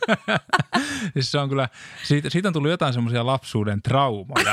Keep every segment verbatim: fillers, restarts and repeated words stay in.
Siis se on kyllä, siitä, siitä on tullut jotain semmoisia lapsuuden traumoja.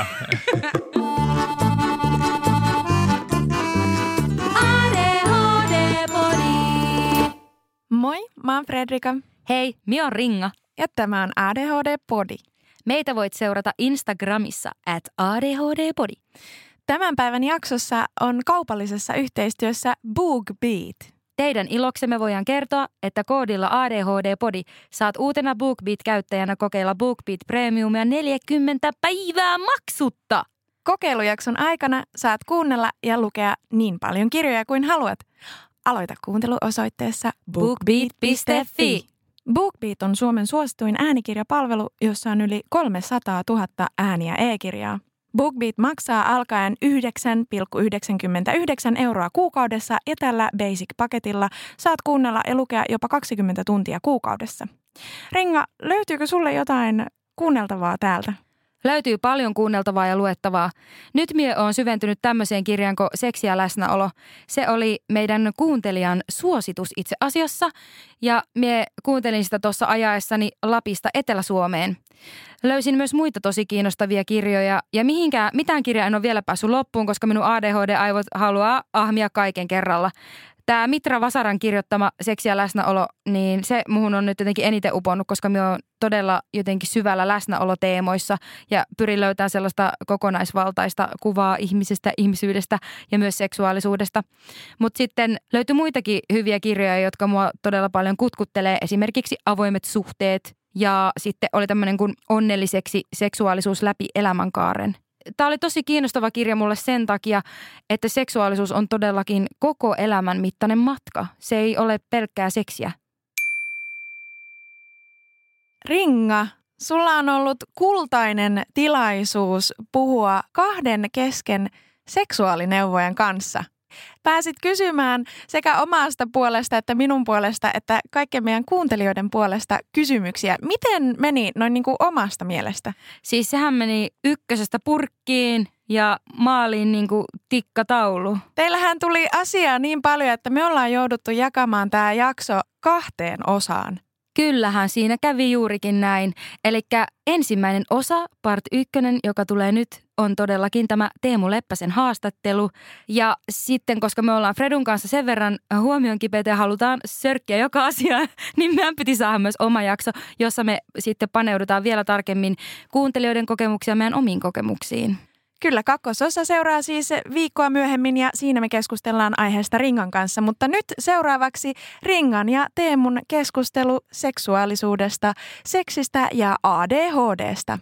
Moi, mä oon Fredrika. Hei, minä oon Ringa. Ja tämä on A D H D-podi. Meitä voit seurata Instagramissa at A D H D-podi. Tämän päivän jaksossa on kaupallisessa yhteistyössä BookBeat. Teidän iloksemme voidaan kertoa, että koodilla A D H D-podi saat uutena BookBeat-käyttäjänä kokeilla BookBeat Premiumia neljäkymmentä päivää maksutta. Kokeilujakson aikana saat kuunnella ja lukea niin paljon kirjoja kuin haluat. Aloita kuuntelu osoitteessa bookbeat piste fi. BookBeat on Suomen suosituin äänikirjapalvelu, jossa on yli kolmesataatuhatta ääniä e-kirjaa. BookBeat maksaa alkaen yhdeksän pilkku yhdeksänkymmentäyhdeksän euroa kuukaudessa ja tällä Basic-paketilla saat kuunnella ja lukea jopa kaksikymmentä tuntia kuukaudessa. Ringa, löytyykö sulle jotain kuunneltavaa täältä? Löytyy paljon kuunneltavaa ja luettavaa. Nyt mie oon syventynyt tämmöiseen kirjaan kuin Seksi ja läsnäolo. Se oli meidän kuuntelijan suositus itse asiassa ja mie kuuntelin sitä tuossa ajaessani Lapista Etelä-Suomeen. Löysin myös muita tosi kiinnostavia kirjoja ja mihinkään, mitään kirjaa en ole vielä päässyt loppuun, koska minun A D H D-aivot haluaa ahmia kaiken kerralla. Tämä Mitra Vasaran kirjoittama Seksi ja läsnäolo, niin se muhun on nyt jotenkin eniten uponnut, koska minä olen todella jotenkin syvällä läsnäoloteemoissa ja pyrin löytämään sellaista kokonaisvaltaista kuvaa ihmisestä, ihmisyydestä ja myös seksuaalisuudesta. Mutta sitten löytyi muitakin hyviä kirjoja, jotka mua todella paljon kutkuttelee, esimerkiksi Avoimet suhteet ja sitten oli tämmöinen kuin Onnelliseksi seksuaalisuus läpi elämänkaaren. Tämä oli tosi kiinnostava kirja mulle sen takia, että seksuaalisuus on todellakin koko elämän mittainen matka. Se ei ole pelkkää seksiä. Ringa, sulla on ollut kultainen tilaisuus puhua kahden kesken seksuaalineuvojan kanssa. Pääsit kysymään sekä omasta puolesta että minun puolesta että kaikkien meidän kuuntelijoiden puolesta kysymyksiä. Miten meni noin niin kuin omasta mielestä? Siis sehän meni ykkösestä purkkiin ja maaliin niin kuin tikkataulu. Teillähän tuli asiaa niin paljon, että me ollaan jouduttu jakamaan tämä jakso kahteen osaan. Kyllähän siinä kävi juurikin näin. Elikkä ensimmäinen osa, part ykkönen, joka tulee nyt, on todellakin tämä Teemu Leppäsen haastattelu. Ja sitten, koska me ollaan Fredun kanssa sen verran huomionkipeitä ja halutaan sörkkiä joka asia, niin meidän piti saada myös oma jakso, jossa me sitten paneudutaan vielä tarkemmin kuuntelijoiden kokemuksia meidän omiin kokemuksiin. Kyllä, kakkososa seuraa siis viikkoa myöhemmin ja siinä me keskustellaan aiheesta Ringan kanssa. Mutta nyt seuraavaksi Ringan ja Teemun keskustelu seksuaalisuudesta, seksistä ja A D H D:stä.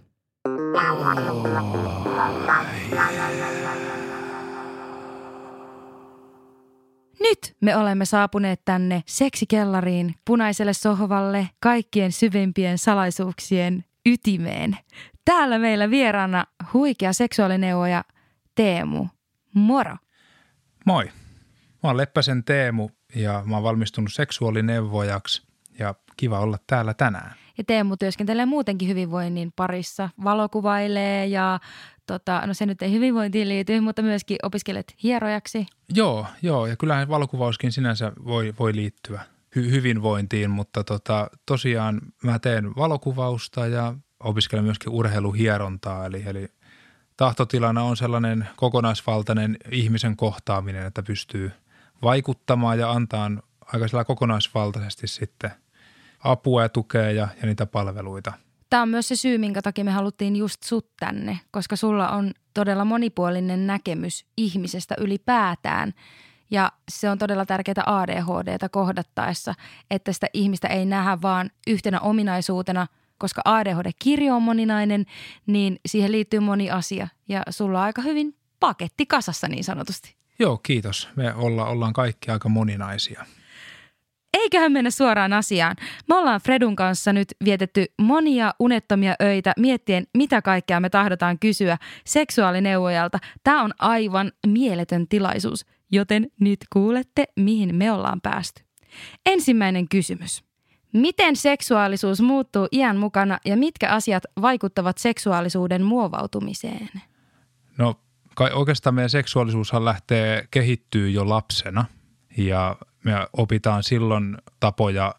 Nyt me olemme saapuneet tänne seksikellariin, punaiselle sohvalle, kaikkien syvimpien salaisuuksien ytimeen. Täällä meillä vieraana huikea seksuaalineuvoja Teemu. Moro! Moi! Mä oon Leppäsen Teemu ja mä oon valmistunut seksuaalineuvojaksi ja kiva olla täällä tänään. Ja Teemu työskentelee muutenkin hyvinvoinnin parissa, valokuvailee ja tota, no se nyt ei hyvinvointiin liity, mutta myöskin opiskelet hierojaksi. Joo, joo ja kyllähän valokuvauskin sinänsä voi, voi liittyä hy- hyvinvointiin, mutta tota, tosiaan mä teen valokuvausta ja opiskelen myöskin urheiluhierontaa, eli, eli tahtotilana on sellainen kokonaisvaltainen ihmisen kohtaaminen, että pystyy vaikuttamaan ja antaa aika sillä kokonaisvaltaisesti sitten apua ja tukea ja, ja niitä palveluita. Tämä on myös se syy, minkä takia me haluttiin just sut tänne, koska sulla on todella monipuolinen näkemys ihmisestä ylipäätään. Ja se on todella tärkeää A D H D:tä kohdattaessa, että sitä ihmistä ei nähdä vaan yhtenä ominaisuutena, koska A D H D-kirjo on moninainen, niin siihen liittyy moni asia ja sulla on aika hyvin paketti kasassa niin sanotusti. Joo, kiitos. Me olla, ollaan kaikki aika moninaisia. Eiköhän mennä suoraan asiaan. Me ollaan Fredun kanssa nyt vietetty monia unettomia öitä miettien, mitä kaikkea me tahdotaan kysyä seksuaalineuvojalta. Tämä on aivan mieletön tilaisuus, joten nyt kuulette, mihin me ollaan päästy. Ensimmäinen kysymys. Miten seksuaalisuus muuttuu iän mukana ja mitkä asiat vaikuttavat seksuaalisuuden muovautumiseen? No oikeastaan meidän seksuaalisuushan lähtee kehittyy jo lapsena ja me opitaan silloin tapoja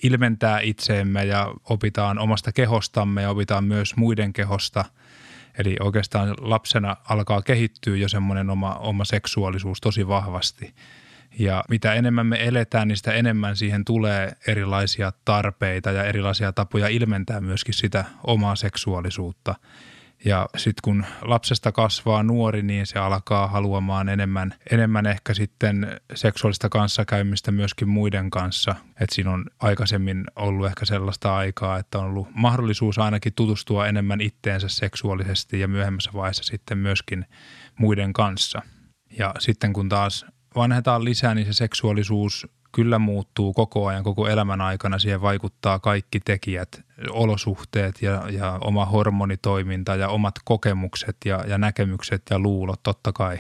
ilmentää itseemme ja opitaan omasta kehostamme ja opitaan myös muiden kehosta. Eli oikeastaan lapsena alkaa kehittyä jo semmoinen oma, oma seksuaalisuus tosi vahvasti. Ja mitä enemmän me eletään, niin sitä enemmän siihen tulee erilaisia tarpeita ja erilaisia tapoja ilmentää myöskin sitä omaa seksuaalisuutta. Ja sitten kun lapsesta kasvaa nuori, niin se alkaa haluamaan enemmän, enemmän ehkä sitten seksuaalista kanssakäymistä myöskin muiden kanssa. Että siinä on aikaisemmin ollut ehkä sellaista aikaa, että on ollut mahdollisuus ainakin tutustua enemmän itteensä seksuaalisesti ja myöhemmässä vaiheessa sitten myöskin muiden kanssa. Ja sitten kun taas vanhetaan lisää, niin se seksuaalisuus kyllä muuttuu koko ajan, koko elämän aikana. Siihen vaikuttaa kaikki tekijät, olosuhteet ja, ja oma hormonitoiminta ja omat kokemukset ja, ja näkemykset ja luulot totta kai.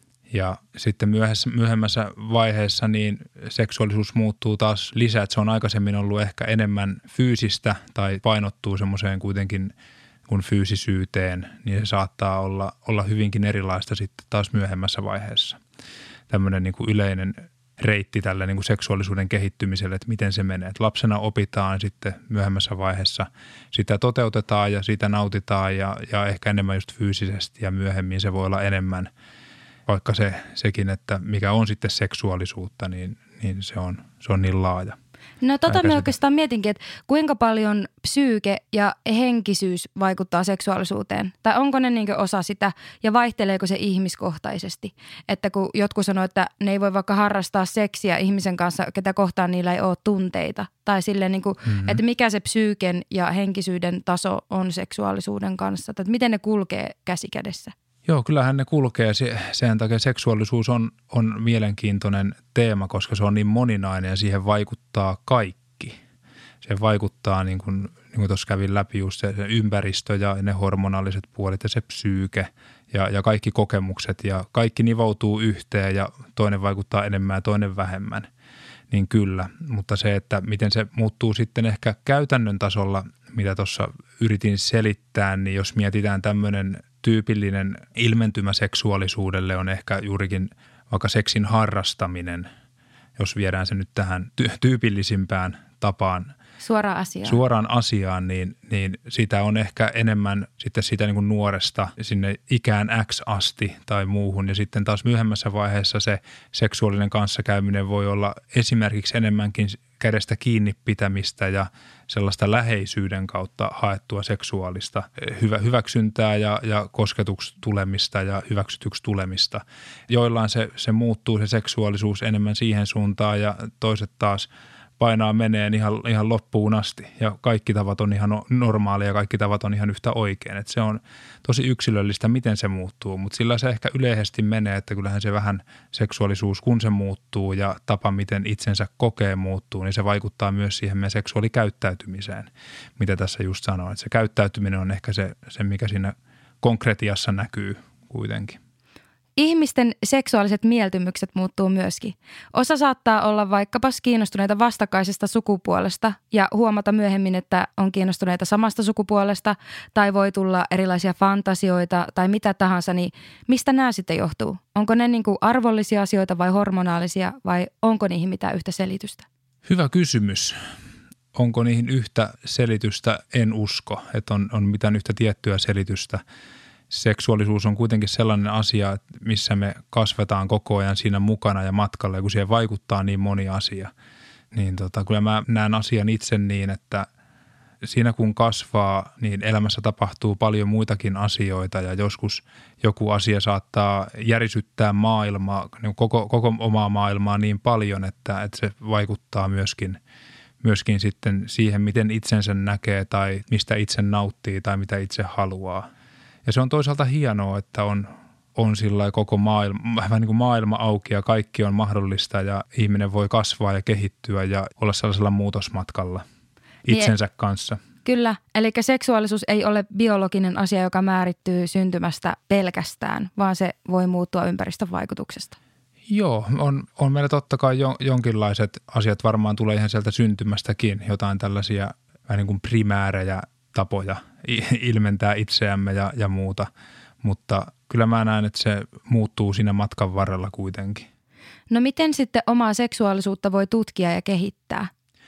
Ja sitten myöhässä, myöhemmässä vaiheessa niin seksuaalisuus muuttuu taas lisää. Että se on aikaisemmin ollut ehkä enemmän fyysistä tai painottuu semmoiseen kuitenkin kuin fyysisyyteen, niin se saattaa olla, olla hyvinkin erilaista sitten taas myöhemmässä vaiheessa. Tämmöinen niin kuin yleinen reitti tälle niin kuin seksuaalisuuden kehittymiselle, että miten se menee. Että lapsena opitaan sitten myöhemmässä vaiheessa, sitä toteutetaan ja sitä nautitaan ja, ja ehkä enemmän just fyysisesti ja myöhemmin se voi olla enemmän, vaikka se, sekin, että mikä on sitten seksuaalisuutta, niin, niin se, on, se on niin laaja. No tota mä oikeastaan mietinkin, että kuinka paljon psyyke ja henkisyys vaikuttaa seksuaalisuuteen? Tai onko ne niin kuin osa sitä ja vaihteleeko se ihmiskohtaisesti? Että kun jotkut sanoo, että ne ei voi vaikka harrastaa seksiä ihmisen kanssa, ketä kohtaan niillä ei ole tunteita. Tai silleen niin kuin, mm-hmm. että mikä se psyyken ja henkisyyden taso on seksuaalisuuden kanssa. Että miten ne kulkee käsi kädessä? Joo, kyllähän ne kulkee. Sen takia seksuaalisuus on, on mielenkiintoinen teema, koska se on niin moninainen ja siihen vaikuttaa kaikki. Se vaikuttaa, niin kuin, niin kuin tuossa kävin läpi, just se, se ympäristö ja ne hormonaaliset puolet ja se psyyke ja, ja kaikki kokemukset ja kaikki nivoutuu yhteen ja toinen vaikuttaa enemmän ja toinen vähemmän. Niin kyllä, mutta se, että miten se muuttuu sitten ehkä käytännön tasolla, mitä tuossa yritin selittää, niin jos mietitään tämmöinen tyypillinen ilmentymä seksuaalisuudelle on ehkä juurikin vaikka seksin harrastaminen, jos viedään se nyt tähän ty- tyypillisimpään tapaan. Suoraan asiaan. Suoraan asiaan, niin, niin sitä on ehkä enemmän sitten siitä niin kuin nuoresta sinne ikään X asti tai muuhun. Ja sitten taas myöhemmässä vaiheessa se seksuaalinen kanssakäyminen voi olla esimerkiksi enemmänkin kädestä kiinni pitämistä ja sellaista läheisyyden kautta haettua seksuaalista hyvä, hyväksyntää ja, ja kosketuksi tulemista ja hyväksytyksi tulemista. Joillain se, se muuttuu se seksuaalisuus enemmän siihen suuntaan ja toiset taas painaa meneen ihan, ihan loppuun asti ja kaikki tavat on ihan normaalia ja kaikki tavat on ihan yhtä oikein. Et se on tosi yksilöllistä, miten se muuttuu, mutta sillä se ehkä yleisesti menee, että kyllähän se vähän seksuaalisuus, kun se muuttuu ja tapa, miten itsensä kokee muuttuu, niin se vaikuttaa myös siihen meidän seksuaalikäyttäytymiseen, mitä tässä just sanoin. Että se käyttäytyminen on ehkä se, se, mikä siinä konkretiassa näkyy kuitenkin. Ihmisten seksuaaliset mieltymykset muuttuu myöskin. Osa saattaa olla vaikkapa kiinnostuneita vastakkaisesta sukupuolesta ja huomata myöhemmin, että on kiinnostuneita samasta sukupuolesta tai voi tulla erilaisia fantasioita tai mitä tahansa, niin mistä nämä sitten johtuu? Onko ne niin kuin arvollisia asioita vai hormonaalisia vai onko niihin mitään yhtä selitystä? Hyvä kysymys. Onko niihin yhtä selitystä? En usko, että on, on mitään yhtä tiettyä selitystä. Seksuaalisuus on kuitenkin sellainen asia, missä me kasvetaan koko ajan siinä mukana ja matkalla, ja kun siihen vaikuttaa niin moni asia, niin tota, kyllä mä näen asian itse niin, että siinä kun kasvaa, niin elämässä tapahtuu paljon muitakin asioita ja joskus joku asia saattaa järisyttää maailmaa, niin koko, koko omaa maailmaa niin paljon, että, että se vaikuttaa myöskin, myöskin sitten siihen, miten itsensä näkee tai mistä itse nauttii tai mitä itse haluaa. Ja se on toisaalta hienoa, että on, on sillä koko maailma, vähän niin kuin maailma auki ja kaikki on mahdollista ja ihminen voi kasvaa ja kehittyä ja olla sellaisella muutosmatkalla itsensä niin, kanssa. Kyllä, eli seksuaalisuus ei ole biologinen asia, joka määrittyy syntymästä pelkästään, vaan se voi muuttua ympäristön vaikutuksesta. Joo, on, on meillä totta kai jo, jonkinlaiset asiat varmaan tulee ihan sieltä syntymästäkin, jotain tällaisia vähän niin kuin primäärejä tapoja ilmentää itseämme ja, ja muuta, mutta kyllä mä näen, että se muuttuu siinä matkan varrella kuitenkin. No miten sitten omaa seksuaalisuutta voi tutkia ja kehittää?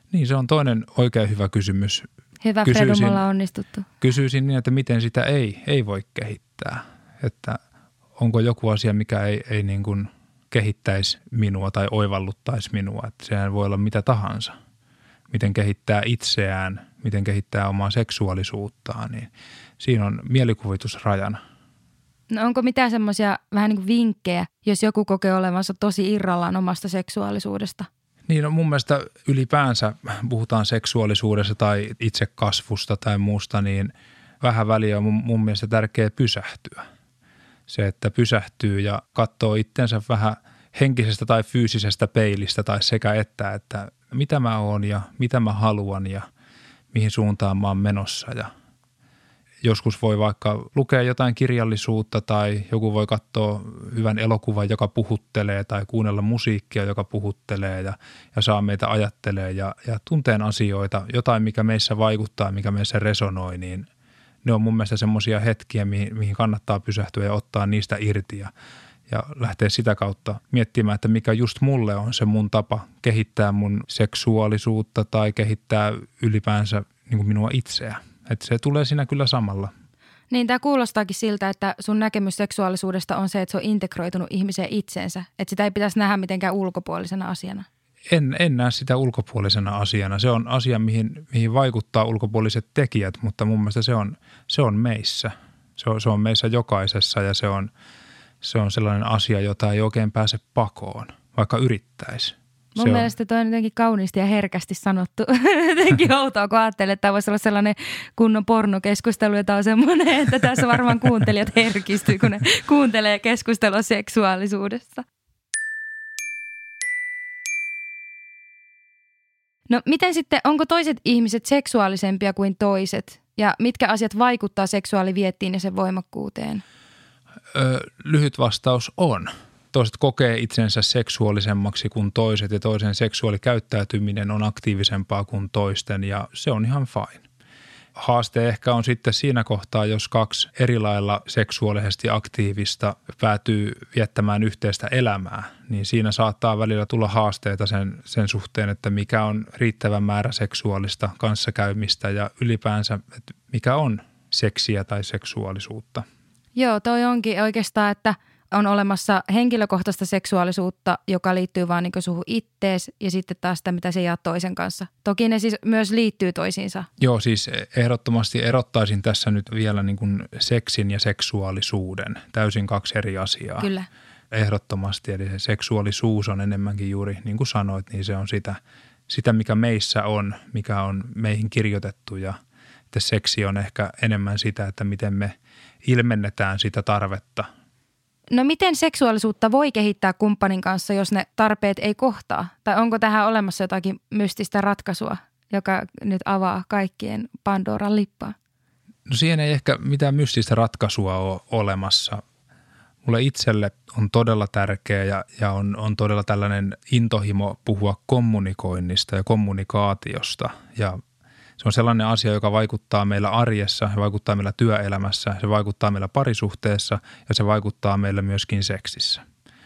Niin, se on toinen oikein hyvä kysymys. Hyvä, Fredo, me ollaan onnistuttu. Kysyisin niin, että miten sitä ei, ei voi kehittää. Että onko joku asia, mikä ei, ei niin kuin kehittäisi minua tai oivalluttaisi minua. Että sehän voi olla mitä tahansa. Miten kehittää itseään, miten kehittää omaa seksuaalisuuttaan, niin siinä on mielikuvitus rajana. No onko mitään semmoisia vähän niin kuin vinkkejä, jos joku kokee olevansa tosi irrallaan omasta seksuaalisuudesta? Niin, no mun mielestä ylipäänsä puhutaan seksuaalisuudessa tai itsekasvusta tai muusta, niin vähän väliä on mun, mun mielestä tärkeää pysähtyä. Se, että pysähtyy ja katsoo itsensä vähän henkisestä tai fyysisestä peilistä tai sekä että, että mitä mä oon ja mitä mä haluan ja mihin suuntaan mä oon menossa. Ja joskus voi vaikka lukea jotain kirjallisuutta tai joku voi katsoa hyvän elokuvan, joka puhuttelee tai kuunnella musiikkia, joka puhuttelee ja, ja saa meitä ajattelee ja, ja tunteen asioita, jotain mikä meissä vaikuttaa, mikä meissä resonoi, niin ne on mun mielestä semmoisia hetkiä, mihin, mihin kannattaa pysähtyä ja ottaa niistä irti ja, ja lähteä sitä kautta miettimään, että mikä just mulle on se mun tapa kehittää mun seksuaalisuutta tai kehittää ylipäänsä niin kuin minua itseä. Että se tulee siinä kyllä samalla. Niin, tämä kuulostaakin siltä, että sun näkemys seksuaalisuudesta on se, että se on integroitunut ihmiseen itseensä. Että sitä ei pitäisi nähdä mitenkään ulkopuolisena asiana. En, en näe sitä ulkopuolisena asiana. Se on asia, mihin, mihin vaikuttaa ulkopuoliset tekijät, mutta mun mielestä se on, se on meissä. Se on, se on meissä jokaisessa ja se on, se on sellainen asia, jota ei oikein pääse pakoon, vaikka yrittäisi. Mun se mielestä on. Toi on jotenkin kauniisti ja herkästi sanottu. Jotenkin outoa, kun ajattelee, että tämä voisi olla sellainen kunnon pornokeskustelu, jota on semmoinen, että tässä varmaan kuuntelijat herkistyy, kun ne kuuntelee keskustelua seksuaalisuudesta. No miten sitten, onko toiset ihmiset seksuaalisempia kuin toiset? Ja mitkä asiat vaikuttaa seksuaaliviettiin ja sen voimakkuuteen? Ö, lyhyt vastaus on. Toiset kokee itsensä seksuaalisemmaksi kuin toiset ja toisen seksuaalikäyttäytyminen on aktiivisempaa kuin toisten ja se on ihan fine. Haaste ehkä on sitten siinä kohtaa, jos kaksi eri lailla seksuaalisesti aktiivista päätyy viettämään yhteistä elämää, niin siinä saattaa välillä tulla haasteita sen, sen suhteen, että mikä on riittävä määrä seksuaalista kanssakäymistä ja ylipäänsä, että mikä on seksiä tai seksuaalisuutta. Joo, toi onkin oikeastaan, että on olemassa henkilökohtaista seksuaalisuutta, joka liittyy vaan niin kuin suhun ittees ja sitten taas sitä, mitä se jaat toisen kanssa. Toki ne siis myös liittyy toisiinsa. Joo, siis ehdottomasti erottaisin tässä nyt vielä niin kuin seksin ja seksuaalisuuden. Täysin kaksi eri asiaa. Kyllä. Ehdottomasti, eli se seksuaalisuus on enemmänkin juuri, niin kuin sanoit, niin se on sitä, sitä mikä meissä on, mikä on meihin kirjoitettu ja että seksi on ehkä enemmän sitä, että miten me ilmennetään sitä tarvetta. No miten seksuaalisuutta voi kehittää kumppanin kanssa, jos ne tarpeet ei kohtaa? Tai onko tähän olemassa jotakin mystistä ratkaisua, joka nyt avaa kaikkien Pandoran lippaa? No siihen ei ehkä mitään mystistä ratkaisua ole olemassa. Mulle itselle on todella tärkeä ja, ja on, on todella tällainen intohimo puhua kommunikoinnista ja kommunikaatiosta ja se on sellainen asia, joka vaikuttaa meillä arjessa, se vaikuttaa meillä työelämässä, se vaikuttaa meillä parisuhteessa ja se vaikuttaa meillä myöskin seksissä.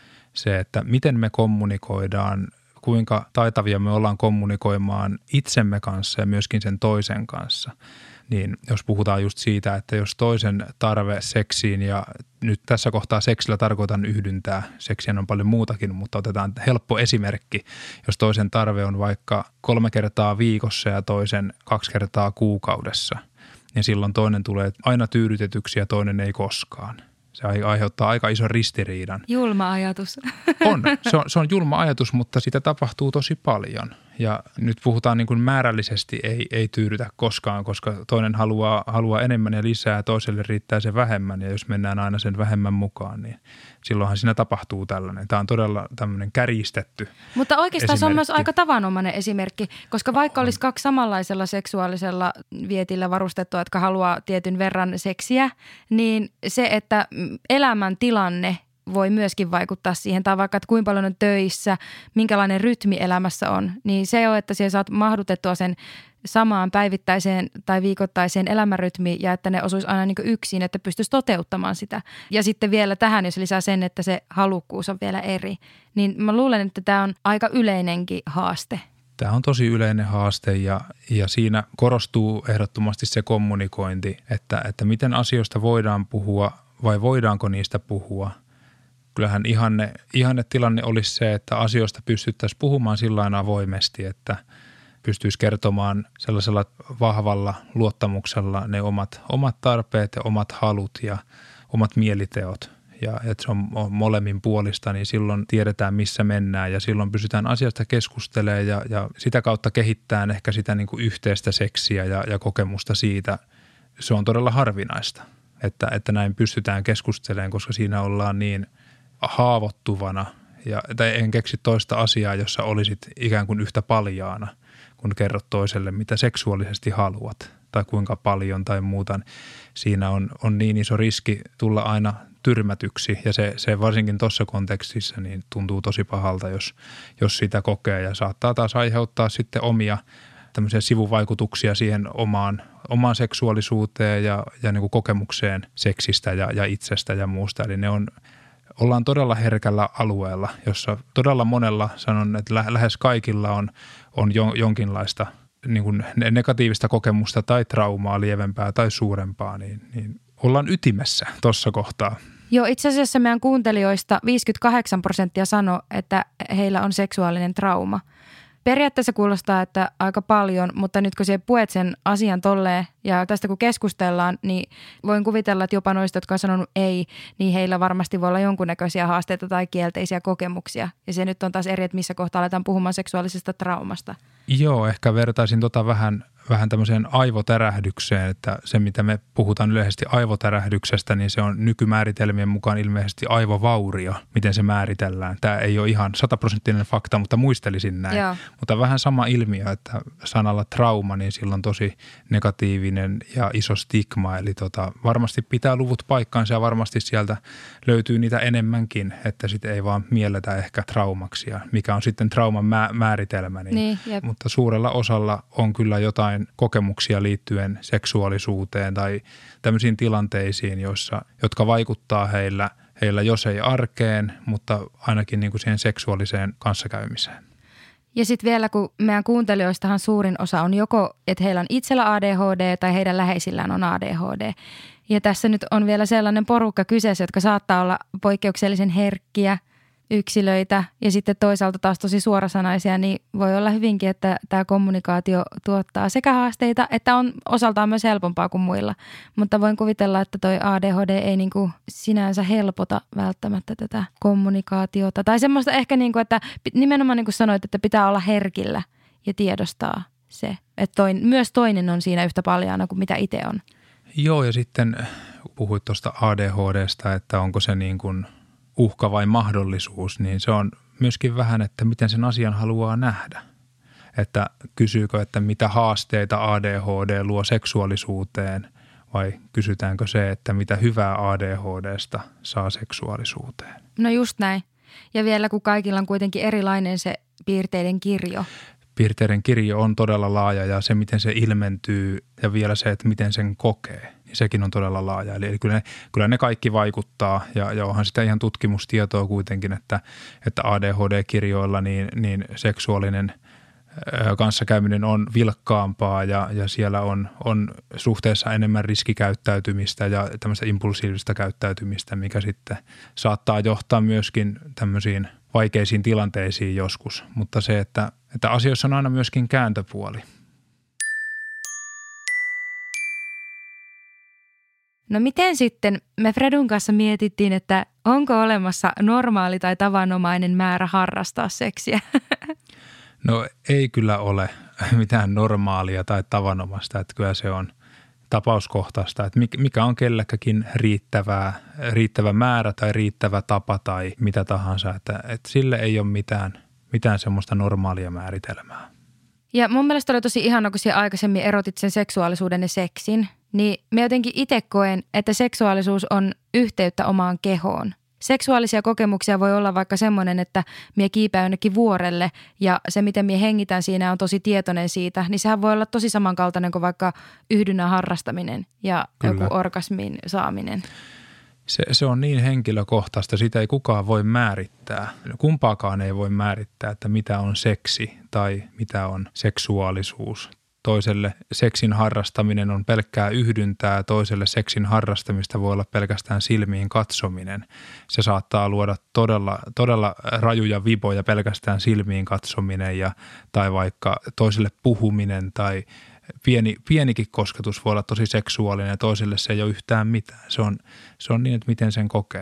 Se, että miten me kommunikoidaan, kuinka taitavia me ollaan kommunikoimaan itsemme kanssa ja myöskin sen toisen kanssa. Niin jos puhutaan just siitä, että jos toisen tarve seksiin ja nyt tässä kohtaa seksillä tarkoitan yhdyntää, seksiä on paljon muutakin, mutta otetaan helppo esimerkki. Jos toisen tarve on vaikka kolme kertaa viikossa ja toisen kaksi kertaa kuukaudessa, niin silloin toinen tulee aina tyydytetyksi ja toinen ei koskaan. Se aiheuttaa aika ison ristiriidan. Julma ajatus. On. Se on, se on julma ajatus, mutta sitä tapahtuu tosi paljon. Ja nyt puhutaan niin kuin määrällisesti ei, ei tyydytä koskaan, koska toinen haluaa, haluaa enemmän ja lisää ja toiselle riittää se vähemmän. Ja jos mennään aina sen vähemmän mukaan, niin silloinhan siinä tapahtuu tällainen. Tämä on todella tämmöinen kärjistetty Mutta oikeastaan esimerkki. Se on myös aika tavanomainen esimerkki, koska vaikka olisi kaksi samanlaisella seksuaalisella vietillä varustettua, jotka haluaa tietyn verran seksiä, niin se, että elämän tilanne voi myöskin vaikuttaa siihen, tai vaikka, että kuinka paljon on töissä, minkälainen rytmi elämässä on, niin se on, että siellä saat mahdutettua sen samaan päivittäiseen tai viikoittaiseen elämänrytmiin ja että ne osuisi aina niin kuin yksin, että pystyisi toteuttamaan sitä. Ja sitten vielä tähän, jos lisää sen, että se halukkuus on vielä eri, niin mä luulen, että tämä on aika yleinenkin haaste. Tämä on tosi yleinen haaste ja, ja siinä korostuu ehdottomasti se kommunikointi, että, että miten asioista voidaan puhua vai voidaanko niistä puhua. Kyllähän ihanne, ihanne tilanne olisi se, että asioista pystyttäisiin puhumaan sillain avoimesti, että pystyisi kertomaan sellaisella vahvalla luottamuksella ne omat, omat tarpeet ja omat halut ja omat mieliteot. Ja että se on molemmin puolista, niin silloin tiedetään, missä mennään ja silloin pystytään asiasta keskustelemaan ja, ja sitä kautta kehittämään ehkä sitä niin kuin yhteistä seksiä ja, ja kokemusta siitä. Se on todella harvinaista, että, että näin pystytään keskustelemaan, koska siinä ollaan niin haavoittuvana. Ja, tai en keksi toista asiaa, jossa olisit ikään kuin yhtä paljaana, kun kerrot toiselle, mitä seksuaalisesti haluat tai kuinka paljon tai muuta. Siinä on, on niin iso riski tulla aina tyrmätyksi ja se, se varsinkin tuossa kontekstissa niin tuntuu tosi pahalta, jos, jos sitä kokee ja saattaa taas aiheuttaa sitten omia tämmöisiä sivuvaikutuksia siihen omaan, omaan seksuaalisuuteen ja, ja niin kuin kokemukseen seksistä ja, ja itsestä ja muusta. Eli ne on, ollaan todella herkällä alueella, jossa todella monella, sanon, että lä- lähes kaikilla on, on jo, jonkinlaista niin kuin negatiivista kokemusta tai traumaa lievempää tai suurempaa, niin, niin ollaan ytimessä tuossa kohtaa. Joo, itse asiassa meidän kuuntelijoista viisikymmentäkahdeksan prosenttia sanoi, että heillä on seksuaalinen trauma. Periaatteessa kuulostaa, että aika paljon, mutta nyt kun siellä puet sen asian tolleen ja tästä kun keskustellaan, niin voin kuvitella, että jopa noista, jotka on sanonut ei, niin heillä varmasti voi olla jonkunnäköisiä haasteita tai kielteisiä kokemuksia. Ja se nyt on taas eri, että missä kohtaa aletaan puhumaan seksuaalisesta traumasta. Joo, ehkä vertaisin tota vähän, vähän tämmöiseen aivotärähdykseen, että se mitä me puhutaan yleisesti aivotärähdyksestä, niin se on nykymääritelmien mukaan ilmeisesti aivovaurio, miten se määritellään. Tämä ei ole ihan sataprosenttinen fakta, mutta muistelisin näin. Joo. Mutta vähän sama ilmiö, että sanalla trauma, niin sillä on tosi negatiivinen ja iso stigma. Eli tota, varmasti pitää luvut paikkaansa ja varmasti sieltä löytyy niitä enemmänkin, että sitten ei vaan mielletä ehkä traumaksi, mikä on sitten trauman mä- määritelmä. Niin, niin, mutta suurella osalla on kyllä jotain kokemuksia liittyen seksuaalisuuteen tai tämmöisiin tilanteisiin, joissa, jotka vaikuttaa heillä, heillä jos ei arkeen, mutta ainakin niin kuin siihen seksuaaliseen kanssakäymiseen. Ja sitten vielä, kun meidän kuuntelijoistahan suurin osa on joko, että heillä on itsellä A D H D tai heidän läheisillään on A D H D. Ja tässä nyt on vielä sellainen porukka kyseessä, jotka saattaa olla poikkeuksellisen herkkiä yksilöitä ja sitten toisaalta taas tosi suorasanaisia, niin voi olla hyvinkin, että tämä kommunikaatio tuottaa sekä haasteita, että on osaltaan myös helpompaa kuin muilla. Mutta voin kuvitella, että toi A D H D ei niin kuin sinänsä helpota välttämättä tätä kommunikaatiota. Tai semmoista ehkä, niin kuin, että nimenomaan niin kuin sanoit, että pitää olla herkillä ja tiedostaa se, että toin, myös toinen on siinä yhtä paljaana kuin mitä itse on. Joo, ja sitten puhuit tuosta A D H D:stä, että onko se niin kuin uhka vai mahdollisuus, niin se on myöskin vähän, että miten sen asian haluaa nähdä. Että kysyykö, että mitä haasteita A D H D luo seksuaalisuuteen vai kysytäänkö se, että mitä hyvää A D H D:sta saa seksuaalisuuteen. No just näin. Ja vielä kun kaikilla on kuitenkin erilainen se piirteiden kirjo. Piirteiden kirjo on todella laaja ja se, miten se ilmentyy ja vielä se, että miten sen kokee, niin sekin on todella laaja. Eli kyllä ne, kyllä ne kaikki vaikuttaa ja, ja onhan sitä ihan tutkimustietoa kuitenkin, että, että A D H D-kirjoilla niin, niin seksuaalinen kanssakäyminen on vilkkaampaa ja, ja siellä on, on suhteessa enemmän riskikäyttäytymistä ja tämmöistä impulsiivista käyttäytymistä, mikä sitten saattaa johtaa myöskin tämmöisiin vaikeisiin tilanteisiin joskus, mutta se, että, että asioissa on aina myöskin kääntöpuoli. No miten sitten me Fredun kanssa mietittiin, että onko olemassa normaali tai tavanomainen määrä harrastaa seksiä? No ei kyllä ole mitään normaalia tai tavanomaista, että kyllä se on tapauskohtaista, että mikä on kellekäkin riittävää, riittävä määrä tai riittävä tapa tai mitä tahansa, että, että sille ei ole mitään, mitään semmoista normaalia määritelmää. Ja mun mielestä oli tosi ihana, kun siellä aikaisemmin erotit sen seksuaalisuuden ja seksin, niin mä jotenkin itse koen, että seksuaalisuus on yhteyttä omaan kehoon. Seksuaalisia kokemuksia voi olla vaikka semmoinen, että mie kiipeän jonnekin vuorelle ja se, miten mie hengitän siinä on tosi tietoinen siitä, niin sehän voi olla tosi samankaltainen kuin vaikka yhdynnän harrastaminen ja Kyllä. joku orgasmin saaminen. Se, se on niin henkilökohtaista, sitä ei kukaan voi määrittää. Kumpaakaan ei voi määrittää, että mitä on seksi tai mitä on seksuaalisuus. Toiselle seksin harrastaminen on pelkkää yhdyntää, toiselle seksin harrastamista voi olla pelkästään silmiin katsominen. Se saattaa luoda todella, todella rajuja vipoja pelkästään silmiin katsominen ja, tai vaikka toiselle puhuminen tai pieni, pienikin kosketus voi olla tosi seksuaalinen ja toiselle se ei ole yhtään mitään. Se on, se on niin, että miten sen kokee.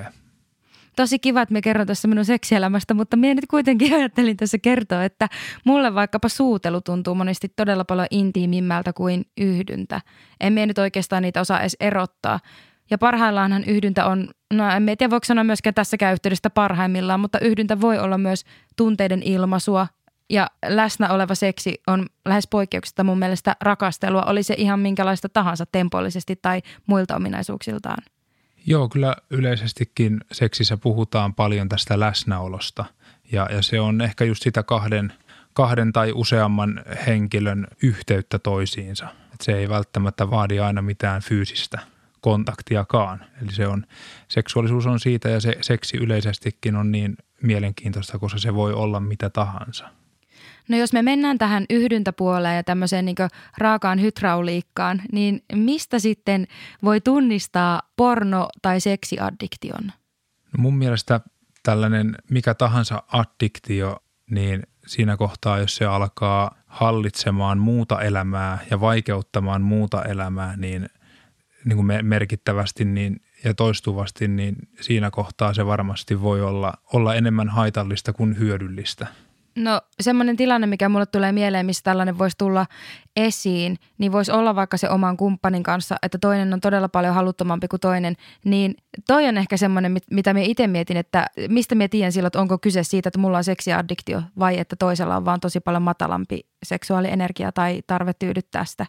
Tosi kiva, että me kerron tässä minun seksielämästä, mutta minä nyt kuitenkin ajattelin tässä kertoa, että mulle vaikkapa suutelu tuntuu monesti todella paljon intiimimmältä kuin yhdyntä. En minä nyt oikeastaan niitä osaa edes erottaa. Ja parhaillaanhan yhdyntä on, no en tiedä voiko sanoa myöskään tässäkään yhteydessä parhaimmillaan, mutta yhdyntä voi olla myös tunteiden ilmaisua. Ja läsnä oleva seksi on lähes poikkeuksetta mun mielestä rakastelua, oli se ihan minkälaista tahansa tempollisesti tai muilta ominaisuuksiltaan. Joo, kyllä yleisestikin seksissä puhutaan paljon tästä läsnäolosta ja, ja se on ehkä just sitä kahden, kahden tai useamman henkilön yhteyttä toisiinsa. Et se ei välttämättä vaadi aina mitään fyysistä kontaktiakaan. Eli se on, seksuaalisuus on siitä ja se seksi yleisestikin on niin mielenkiintoista, koska se voi olla mitä tahansa. No jos me mennään tähän yhdyntäpuoleen ja tämmöiseen niin kuin raakaan hydrauliikkaan, niin mistä sitten voi tunnistaa porno- tai seksiaddiktion? No mun mielestä tällainen mikä tahansa addiktio, niin siinä kohtaa, jos se alkaa hallitsemaan muuta elämää ja vaikeuttamaan muuta elämää, niin, niin kuin merkittävästi niin, ja toistuvasti, niin siinä kohtaa se varmasti voi olla, olla enemmän haitallista kuin hyödyllistä. No semmoinen tilanne, mikä mulle tulee mieleen, missä tällainen voisi tulla esiin, niin voisi olla vaikka se oman kumppanin kanssa, että toinen on todella paljon haluttomampi kuin toinen. Niin toi on ehkä semmoinen, mitä minä itse mietin, että mistä minä tiedän silloin, että onko kyse siitä, että mulla on seksiaddiktio vai että toisella on vaan tosi paljon matalampi seksuaalienergia tai tarve tyydyttää sitä.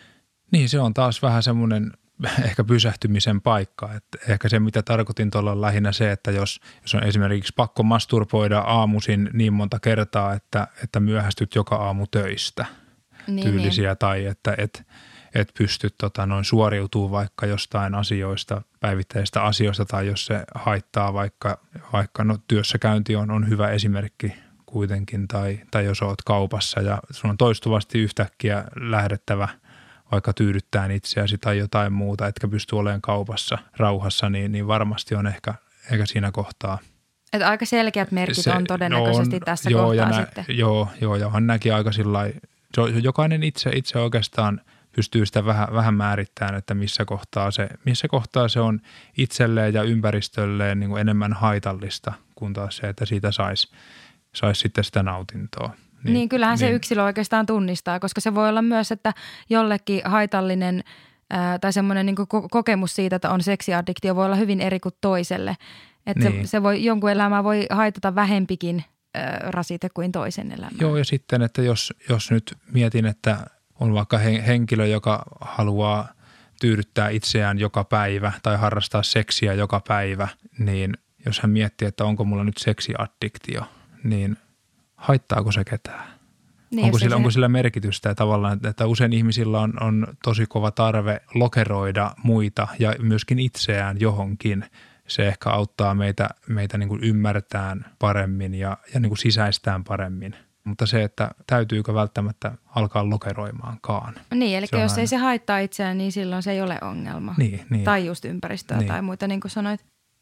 Niin, se on taas vähän semmoinen ehkä pysähtymisen paikka. Että ehkä se, mitä tarkoitin tuolla on lähinnä se, että jos, jos on esimerkiksi pakko masturboida aamuisin niin monta kertaa, että, että myöhästyt joka aamu töistä niin, tyylisiä niin. Tai että et, et pysty tota, noin suoriutumaan vaikka jostain asioista, päivittäisistä asioista tai jos se haittaa vaikka, vaikka no, työssäkäynti on, on hyvä esimerkki kuitenkin tai, tai jos olet kaupassa ja sun on toistuvasti yhtäkkiä lähdettävä vaikka tyydyttään itseäsi tai jotain muuta, etkä pysty olemaan kaupassa rauhassa, niin, niin varmasti on ehkä, ehkä siinä kohtaa. Että aika selkeät merkit se, on todennäköisesti on, tässä joo, kohtaa nä, sitten. Joo, joo, ja onhan näkin aika sillai, jokainen itse, itse oikeastaan pystyy sitä vähän, vähän määrittämään, että missä kohtaa, se, missä kohtaa se on itselleen ja ympäristölleen niin kuin enemmän haitallista, kuin taas se, että siitä saisi sais sitten sitä nautintoa. Niin, niin kyllähän niin. Se yksilö oikeastaan tunnistaa, koska se voi olla myös, että jollekin haitallinen ää, tai semmoinen niin kuin kokemus siitä, että on seksiaddiktio, voi olla hyvin eri kuin toiselle. Että niin. se, se voi, jonkun elämää voi haitata vähempikin ää, rasite kuin toisen elämää. Joo, ja sitten, että jos, jos nyt mietin, että on vaikka henkilö, joka haluaa tyydyttää itseään joka päivä tai harrastaa seksiä joka päivä, niin jos hän miettii, että onko mulla nyt seksiaddiktio, niin haittaako se ketään? Niin, onko, sillä, se... onko sillä merkitystä tavallaan, että usein ihmisillä on, on tosi kova tarve lokeroida muita ja myöskin itseään johonkin. Se ehkä auttaa meitä, meitä niin kuin ymmärtämään paremmin ja, ja niin kuin sisäistään paremmin. Mutta se, että täytyykö välttämättä alkaa lokeroimaankaan. Niin, eli jos aina... ei se haittaa itseään, niin silloin se ei ole ongelma. Niin, niin. Tai just ympäristöä niin. Tai muita, niin kuin sanoit.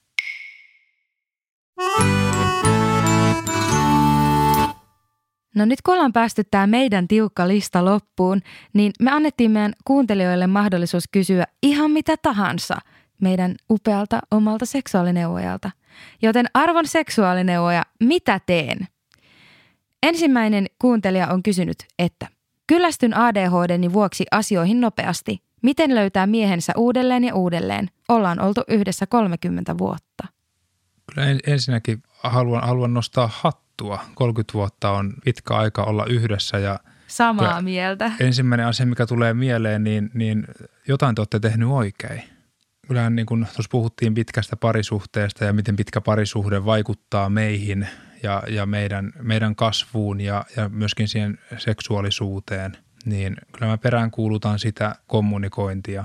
No nyt kun ollaan päästy tämä meidän tiukka lista loppuun, niin me annettiin meidän kuuntelijoille mahdollisuus kysyä ihan mitä tahansa meidän upealta omalta seksuaalineuvojalta. Joten arvon seksuaalineuvoja, mitä teen? Ensimmäinen kuuntelija on kysynyt, että kyllästyn A D H D:ni vuoksi asioihin nopeasti. Miten löytää miehensä uudelleen ja uudelleen? Ollaan oltu yhdessä kolmekymmentä vuotta. Kyllä ensinnäkin haluan, haluan nostaa hattua. kolmekymmentä vuotta on pitkä aika olla yhdessä. Ja samaa mieltä. Ensimmäinen asia, mikä tulee mieleen, niin, niin jotain te olette tehnyt oikein. Kyllähän niin kuin tuossa puhuttiin pitkästä parisuhteesta ja miten pitkä parisuhde vaikuttaa meihin ja, ja meidän, meidän kasvuun ja, ja myöskin siihen seksuaalisuuteen, niin kyllä mä peräänkuulutan sitä kommunikointia.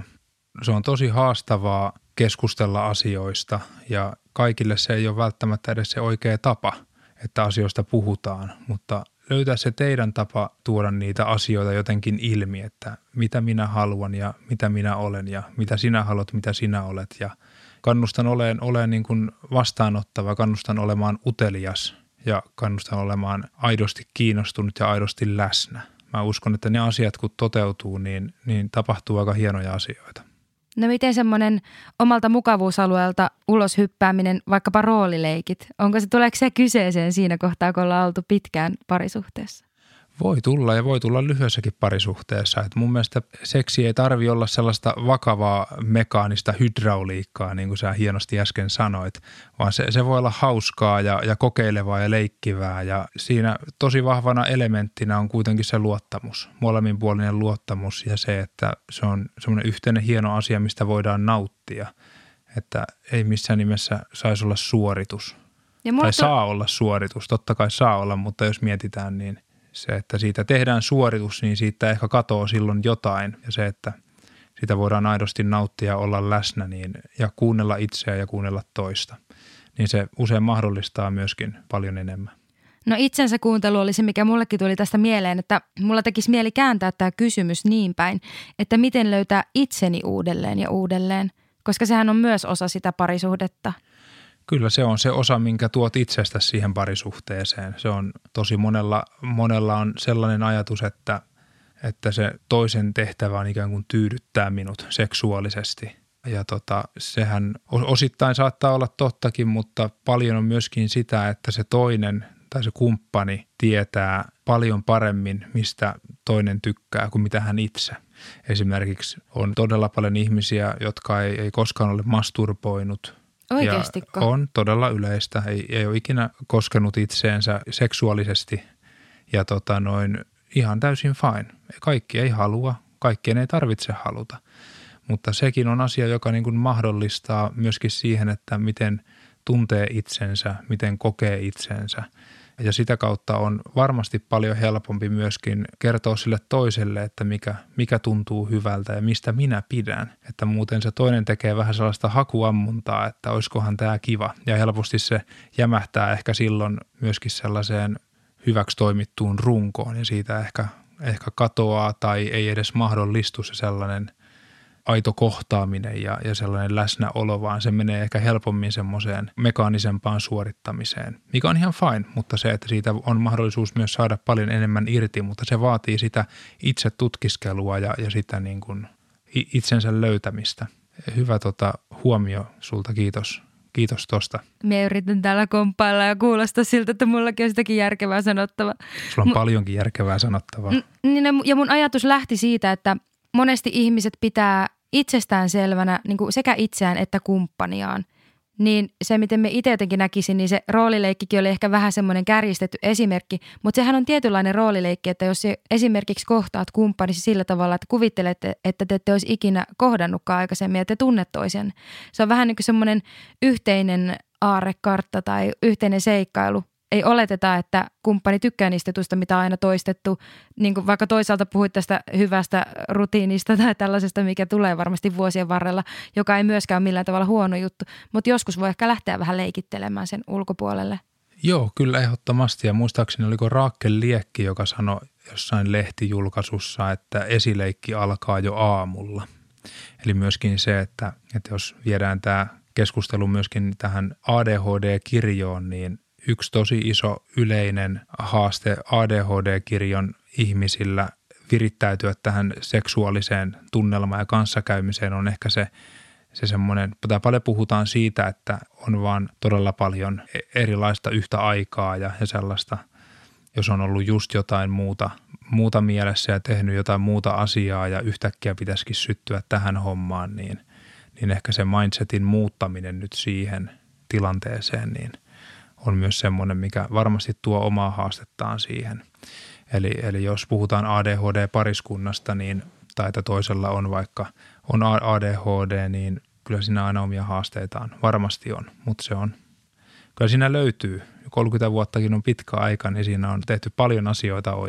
se on tosi haastavaa keskustella asioista ja kaikille se ei ole välttämättä edes se oikea tapa, että asioista puhutaan, mutta löytää se teidän tapa tuoda niitä asioita jotenkin ilmi, että mitä minä haluan ja mitä minä olen ja mitä sinä haluat, mitä sinä olet. Ja kannustan olemaan, olemaan niin kuin vastaanottava, kannustan olemaan utelias ja kannustan olemaan aidosti kiinnostunut ja aidosti läsnä. Mä uskon, että ne asiat kun toteutuu, niin, niin tapahtuu aika hienoja asioita. No miten semmoinen omalta mukavuusalueelta ulos hyppääminen, vaikkapa roolileikit, onko se, tuleeko se kyseeseen siinä kohtaa, kun ollaan oltu pitkään parisuhteessa? Voi tulla ja voi tulla lyhyessäkin parisuhteessa. Et mun mielestä seksi ei tarvi olla sellaista vakavaa mekaanista hydrauliikkaa, niin kuin sä hienosti äsken sanoit, vaan se, se voi olla hauskaa ja, ja kokeilevaa ja leikkivää. Ja siinä tosi vahvana elementtinä on kuitenkin se luottamus, molemminpuolinen luottamus ja se, että se on semmoinen yhteinen hieno asia, mistä voidaan nauttia. Että ei missään nimessä saisi olla suoritus. Ja tai to... saa olla suoritus, totta kai saa olla, mutta jos mietitään niin se, että siitä tehdään suoritus, niin siitä ehkä katoo silloin jotain ja se, että sitä voidaan aidosti nauttia, olla läsnä niin, ja kuunnella itseä ja kuunnella toista, niin se usein mahdollistaa myöskin paljon enemmän. No itsensä kuuntelu oli se, mikä mullekin tuli tästä mieleen, että mulla tekisi mieli kääntää tämä kysymys niin päin, että miten löytää itseni uudelleen ja uudelleen, koska sehän on myös osa sitä parisuhdetta. Kyllä se on se osa, minkä tuot itsestä siihen parisuhteeseen. Se on tosi monella, monella on sellainen ajatus, että, että se toisen tehtävä on ikään kuin tyydyttää minut seksuaalisesti. Ja tota, sehän osittain saattaa olla tottakin, mutta paljon on myöskin sitä, että se toinen tai se kumppani tietää paljon paremmin, mistä toinen tykkää kuin mitä hän itse. Esimerkiksi on todella paljon ihmisiä, jotka ei, ei koskaan ole masturboinut. Oikeastiko? Ja on todella yleistä. Ei, ei ole ikinä koskenut itseensä seksuaalisesti ja tota noin ihan täysin fine. Kaikki ei halua, kaikkien ei tarvitse haluta. Mutta sekin on asia, joka niin kuin mahdollistaa myöskin siihen, että miten tuntee itsensä, miten kokee itsensä. Ja sitä kautta on varmasti paljon helpompi myöskin kertoa sille toiselle, että mikä, mikä tuntuu hyvältä ja mistä minä pidän. Että muuten se toinen tekee vähän sellaista hakuammuntaa, että olisikohan tämä kiva. Ja helposti se jämähtää ehkä silloin myöskin sellaiseen hyväksi toimittuun runkoon ja siitä ehkä, ehkä katoaa tai ei edes mahdollistu se sellainen aito kohtaaminen ja, ja sellainen läsnäolo, vaan se menee ehkä helpommin semmoiseen mekaanisempaan suorittamiseen, mikä on ihan fine, mutta se, että siitä on mahdollisuus myös saada paljon enemmän irti, mutta se vaatii sitä itse tutkiskelua ja, ja sitä niin kuin itsensä löytämistä. Hyvä tota, huomio sulta, kiitos. Kiitos tosta. Mä yritän täällä komppailla ja kuulostaa siltä, että mullakin on sitäkin järkevää sanottavaa. Sulla on M- paljonkin järkevää sanottavaa. Niin ja mun ajatus lähti siitä, että monesti ihmiset pitää itsestään selvänä niin kuin sekä itseään että kumppaniaan. Niin se, miten me itse jotenkin näkisin, niin se roolileikkikin oli ehkä vähän semmoinen kärjistetty esimerkki. Mutta sehän on tietynlainen roolileikki, että jos se esimerkiksi kohtaat kumppanisi sillä tavalla, että kuvittelette, että te ette olisi ikinä kohdannutkaan aikaisemmin ja te tunnet toisen. Se on vähän niin kuin semmoinen yhteinen aarrekartta tai yhteinen seikkailu. Ei oleteta, että kumppani tykkää niistä jutuista, mitä on aina toistettu, niin kuin vaikka toisaalta puhuit tästä hyvästä rutiinista tai tällaisesta, mikä tulee varmasti vuosien varrella, joka ei myöskään ole millään tavalla huono juttu, mutta joskus voi ehkä lähteä vähän leikittelemään sen ulkopuolelle. Joo, kyllä ehdottomasti ja muistaakseni oliko Raakel Liekki, joka sanoi jossain lehtijulkaisussa, että esileikki alkaa jo aamulla. Eli myöskin se, että, että jos viedään tämä keskustelu myöskin tähän A D H D-kirjoon, niin yksi tosi iso yleinen haaste A D H D-kirjon ihmisillä virittäytyä tähän seksuaaliseen tunnelmaan ja kanssakäymiseen on ehkä se, se semmoinen, paljon puhutaan siitä, että on vaan todella paljon erilaista yhtä aikaa ja, ja sellaista, jos on ollut just jotain muuta, muuta mielessä ja tehnyt jotain muuta asiaa ja yhtäkkiä pitäisikin syttyä tähän hommaan, niin, niin ehkä se mindsetin muuttaminen nyt siihen tilanteeseen, niin on myös semmoinen, mikä varmasti tuo omaa haastettaan siihen. Eli, eli jos puhutaan A D H D-pariskunnasta, niin, tai että toisella on vaikka on A D H D, niin kyllä siinä aina omia haasteitaan. Varmasti on, mutta se on, kyllä siinä löytyy. kolmekymmentä vuottakin on pitkä aika, niin siinä on tehty paljon asioita oikein.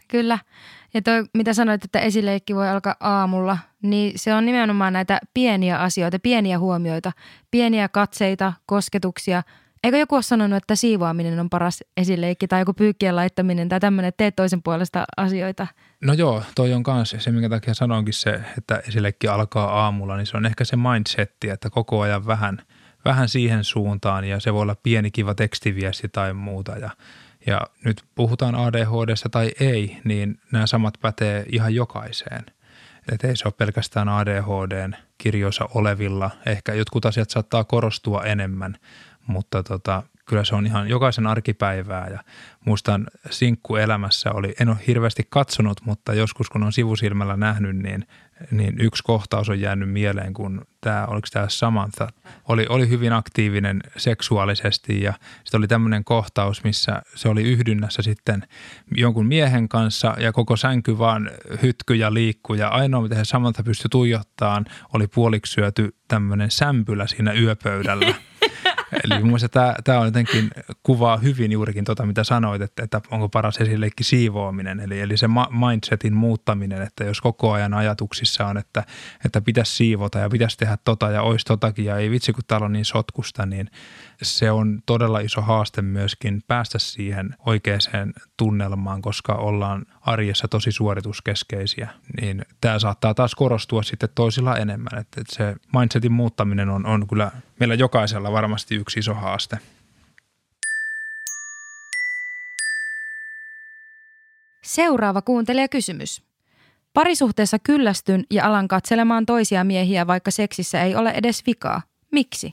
kyllä. Ja toi, mitä sanoit, että esileikki voi alkaa aamulla, niin se on nimenomaan näitä pieniä asioita, pieniä huomioita, pieniä katseita, kosketuksia. Eikö joku ole sanonut, että siivoaminen on paras esileikki tai joku pyykkien laittaminen tai tämmöinen, että teet toisen puolesta asioita? No joo, toi on kanssa se, minkä takia sanoinkin se, että esileikki alkaa aamulla, niin se on ehkä se mindsetti, että koko ajan vähän, vähän siihen suuntaan ja se voi olla pieni kiva tekstiviesti tai muuta ja Ja nyt puhutaan A D H D:stä tai ei, niin nämä samat pätee ihan jokaiseen. Että ei se ole pelkästään A D H D:n kirjoissa olevilla. Ehkä jotkut asiat saattaa korostua enemmän, mutta tota, kyllä se on ihan jokaisen arkipäivää. Ja muistan sinkkuelämässä oli, en ole hirveästi katsonut, mutta joskus kun on sivusilmällä nähnyt, niin, niin yksi kohtaus on jäänyt mieleen, kun tämä, oliko tämä Samantha, oli, oli hyvin aktiivinen seksuaalisesti ja sitten oli tämmöinen kohtaus, missä se oli yhdynnässä sitten jonkun miehen kanssa ja koko sänky vaan hytkyi ja liikkui ja ainoa mitä se Samantha pystyi tuijottaan oli puoliksi syöty tämmöinen sämpylä siinä yöpöydällä. Eli mun mielestä tämä, tämä on jotenkin kuvaa hyvin juurikin tota, mitä sanoit, että, että onko paras esileikki siivoaminen. Eli, eli se ma- mindsetin muuttaminen, että jos koko ajan ajatuksissa on, että, että pitäisi siivota ja pitäisi tehdä tota ja olisi totakin ja ei vitsi kun täällä on niin sotkusta, niin se on todella iso haaste myöskin päästä siihen oikeaan tunnelmaan, koska ollaan arjessa tosi suorituskeskeisiä. Niin tämä saattaa taas korostua sitten toisilla enemmän, että, että se mindsetin muuttaminen on, on kyllä meillä jokaisella varmasti yksi iso haaste. Seuraava kuuntelijakysymys. Parisuhteessa kyllästyn ja alan katselemaan toisia miehiä, vaikka seksissä ei ole edes vikaa. Miksi?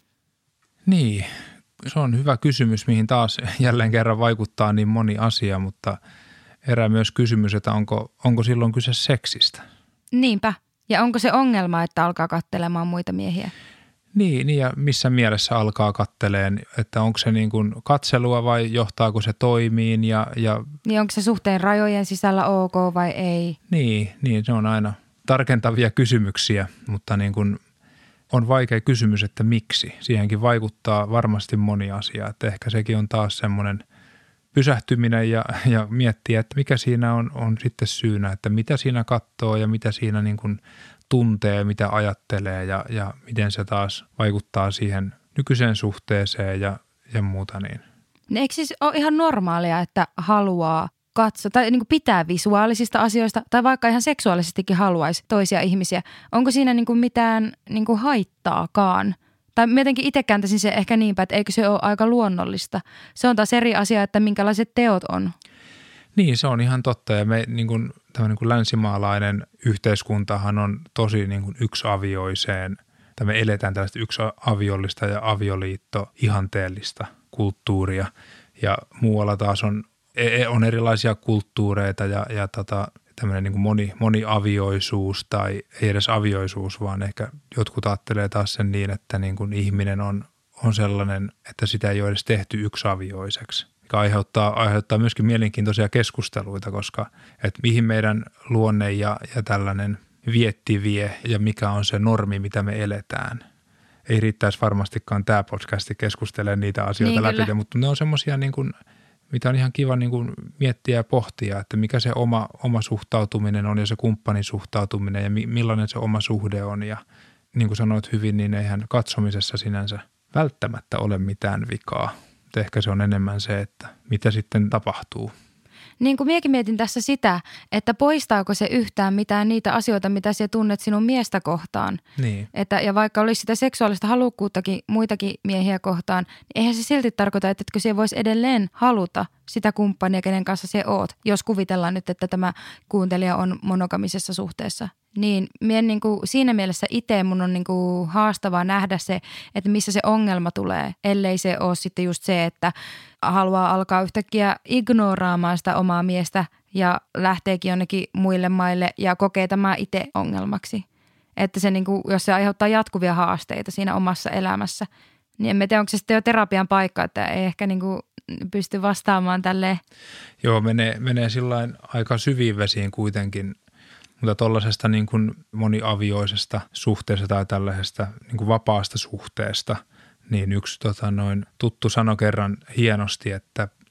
Niin, se on hyvä kysymys, mihin taas jälleen kerran vaikuttaa niin moni asia, mutta herää myös kysymys, että onko, onko silloin kyse seksistä? Niinpä. Ja onko se ongelma, että alkaa katselemaan muita miehiä? Niin, niin ja missä mielessä alkaa katteleen, että onko se niin kuin katselua vai johtaako se toimiin ja, ja... Niin onko se suhteen rajojen sisällä ok vai ei? Niin, niin se on aina tarkentavia kysymyksiä, mutta niin kuin on vaikea kysymys, että miksi. Siihenkin vaikuttaa varmasti moni asia, että ehkä sekin on taas semmoinen pysähtyminen ja, ja miettiä, että mikä siinä on, on sitten syynä, että mitä siinä katsoo ja mitä siinä niin kuin tuntee, mitä ajattelee ja, ja miten se taas vaikuttaa siihen nykyiseen suhteeseen ja, ja muuta niin. Eikö siis ole ihan normaalia, että haluaa katsoa tai niin kuin pitää visuaalisista asioista tai vaikka ihan seksuaalisestikin haluaisi toisia ihmisiä? Onko siinä niin kuin mitään niin kuin haittaakaan? Tai jotenkin itse kääntäisin se ehkä niinpä, että eikö se ole aika luonnollista. Se on taas eri asia, että minkälaiset teot on. Niin, se on ihan totta ja me niin kuin, tämmöinen niin kuin länsimaalainen yhteiskuntahan on tosi niin kuin yksiavioiseen, tai me eletään tällaista yksiaviollista ja avioliitto ihanteellista kulttuuria ja muualla taas on, on erilaisia kulttuureita ja, ja tota, tämmöinen niin kuin moni, moniavioisuus tai ei edes avioisuus, vaan ehkä jotkut ajattelee taas sen niin, että niin kuin ihminen on, on sellainen, että sitä ei ole edes tehty yksiavioiseksi. Mikä aiheuttaa, aiheuttaa myöskin mielenkiintoisia keskusteluita, koska että mihin meidän luonne ja, ja tällainen vietti vie ja mikä on se normi, mitä me eletään. Ei riittäisi varmastikaan tämä podcasti keskustelemaan niitä asioita niin, läpi, kyllä. Mutta ne on semmoisia, niin kuin, mitä on ihan kiva niin kuin miettiä ja pohtia, että mikä se oma, oma suhtautuminen on ja se kumppanin suhtautuminen ja mi, millainen se oma suhde on. Ja niin kuin sanoit hyvin, niin eihän katsomisessa sinänsä välttämättä ole mitään vikaa. Ehkä se on enemmän se, että mitä sitten tapahtuu. Niin kuin miekin mietin tässä sitä, että poistaako se yhtään mitään niitä asioita, mitä sä tunnet sinun miestä kohtaan. Niin. Että, ja vaikka olisi sitä seksuaalista halukkuuttakin muitakin miehiä kohtaan, niin eihän se silti tarkoita, että etkö se voisi edelleen haluta sitä kumppania, kenen kanssa se oot. Jos kuvitellaan nyt, että tämä kuuntelija on monogamisessa suhteessa. Niin mien niin kuin siinä mielessä itse mun on niin kuin haastavaa nähdä se, että missä se ongelma tulee, ellei se ole sitten just se, että haluaa alkaa yhtäkkiä ignoraamaan sitä omaa miestä ja lähteekin jonnekin muille maille ja kokee tämä itse ongelmaksi. Että se niin kuin, jos se aiheuttaa jatkuvia haasteita siinä omassa elämässä, niin en tiedä, onko se sitten jo terapian paikka, että ei ehkä niin kuin pysty vastaamaan tälleen. Joo, menee, menee sillain aika syviin vesiin kuitenkin. Mutta tuollaisesta niin kuin moniavioisesta suhteesta tai tällaisesta niin kuin vapaasta suhteesta, niin yksi tota, noin, tuttu sano kerran hienosti, että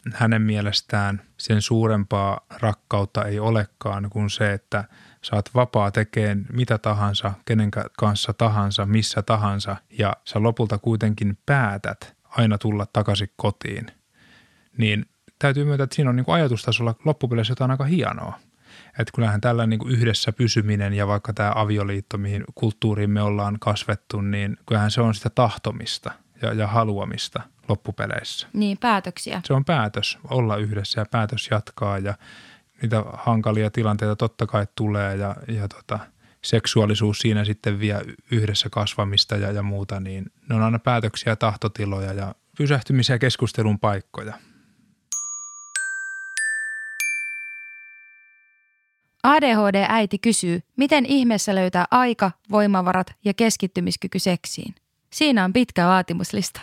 hänen mielestään sen suurempaa rakkautta ei olekaan kuin se, että sä oot vapaa tekemään mitä tahansa, kenen kanssa tahansa, missä tahansa ja sä lopulta kuitenkin päätät aina tulla takaisin kotiin. Niin täytyy myöntää, että siinä on niin kuin ajatustasolla loppupeleissä jotain aika hienoa. Että kyllähän tällä niin kuin yhdessä pysyminen ja vaikka tämä avioliitto, mihin kulttuuriin me ollaan kasvettu, niin kyllähän se on sitä tahtomista ja, ja haluamista loppupeleissä. Niin, päätöksiä. Se on päätös olla yhdessä ja päätös jatkaa ja niitä hankalia tilanteita totta kai tulee ja, ja tota, seksuaalisuus siinä sitten vie yhdessä kasvamista ja, ja muuta, niin ne on aina päätöksiä, tahtotiloja ja pysähtymisiä ja keskustelun paikkoja. A D H D-äiti kysyy, miten ihmeessä löytää aika, voimavarat ja keskittymiskyky seksiin. Siinä on pitkä vaatimuslista.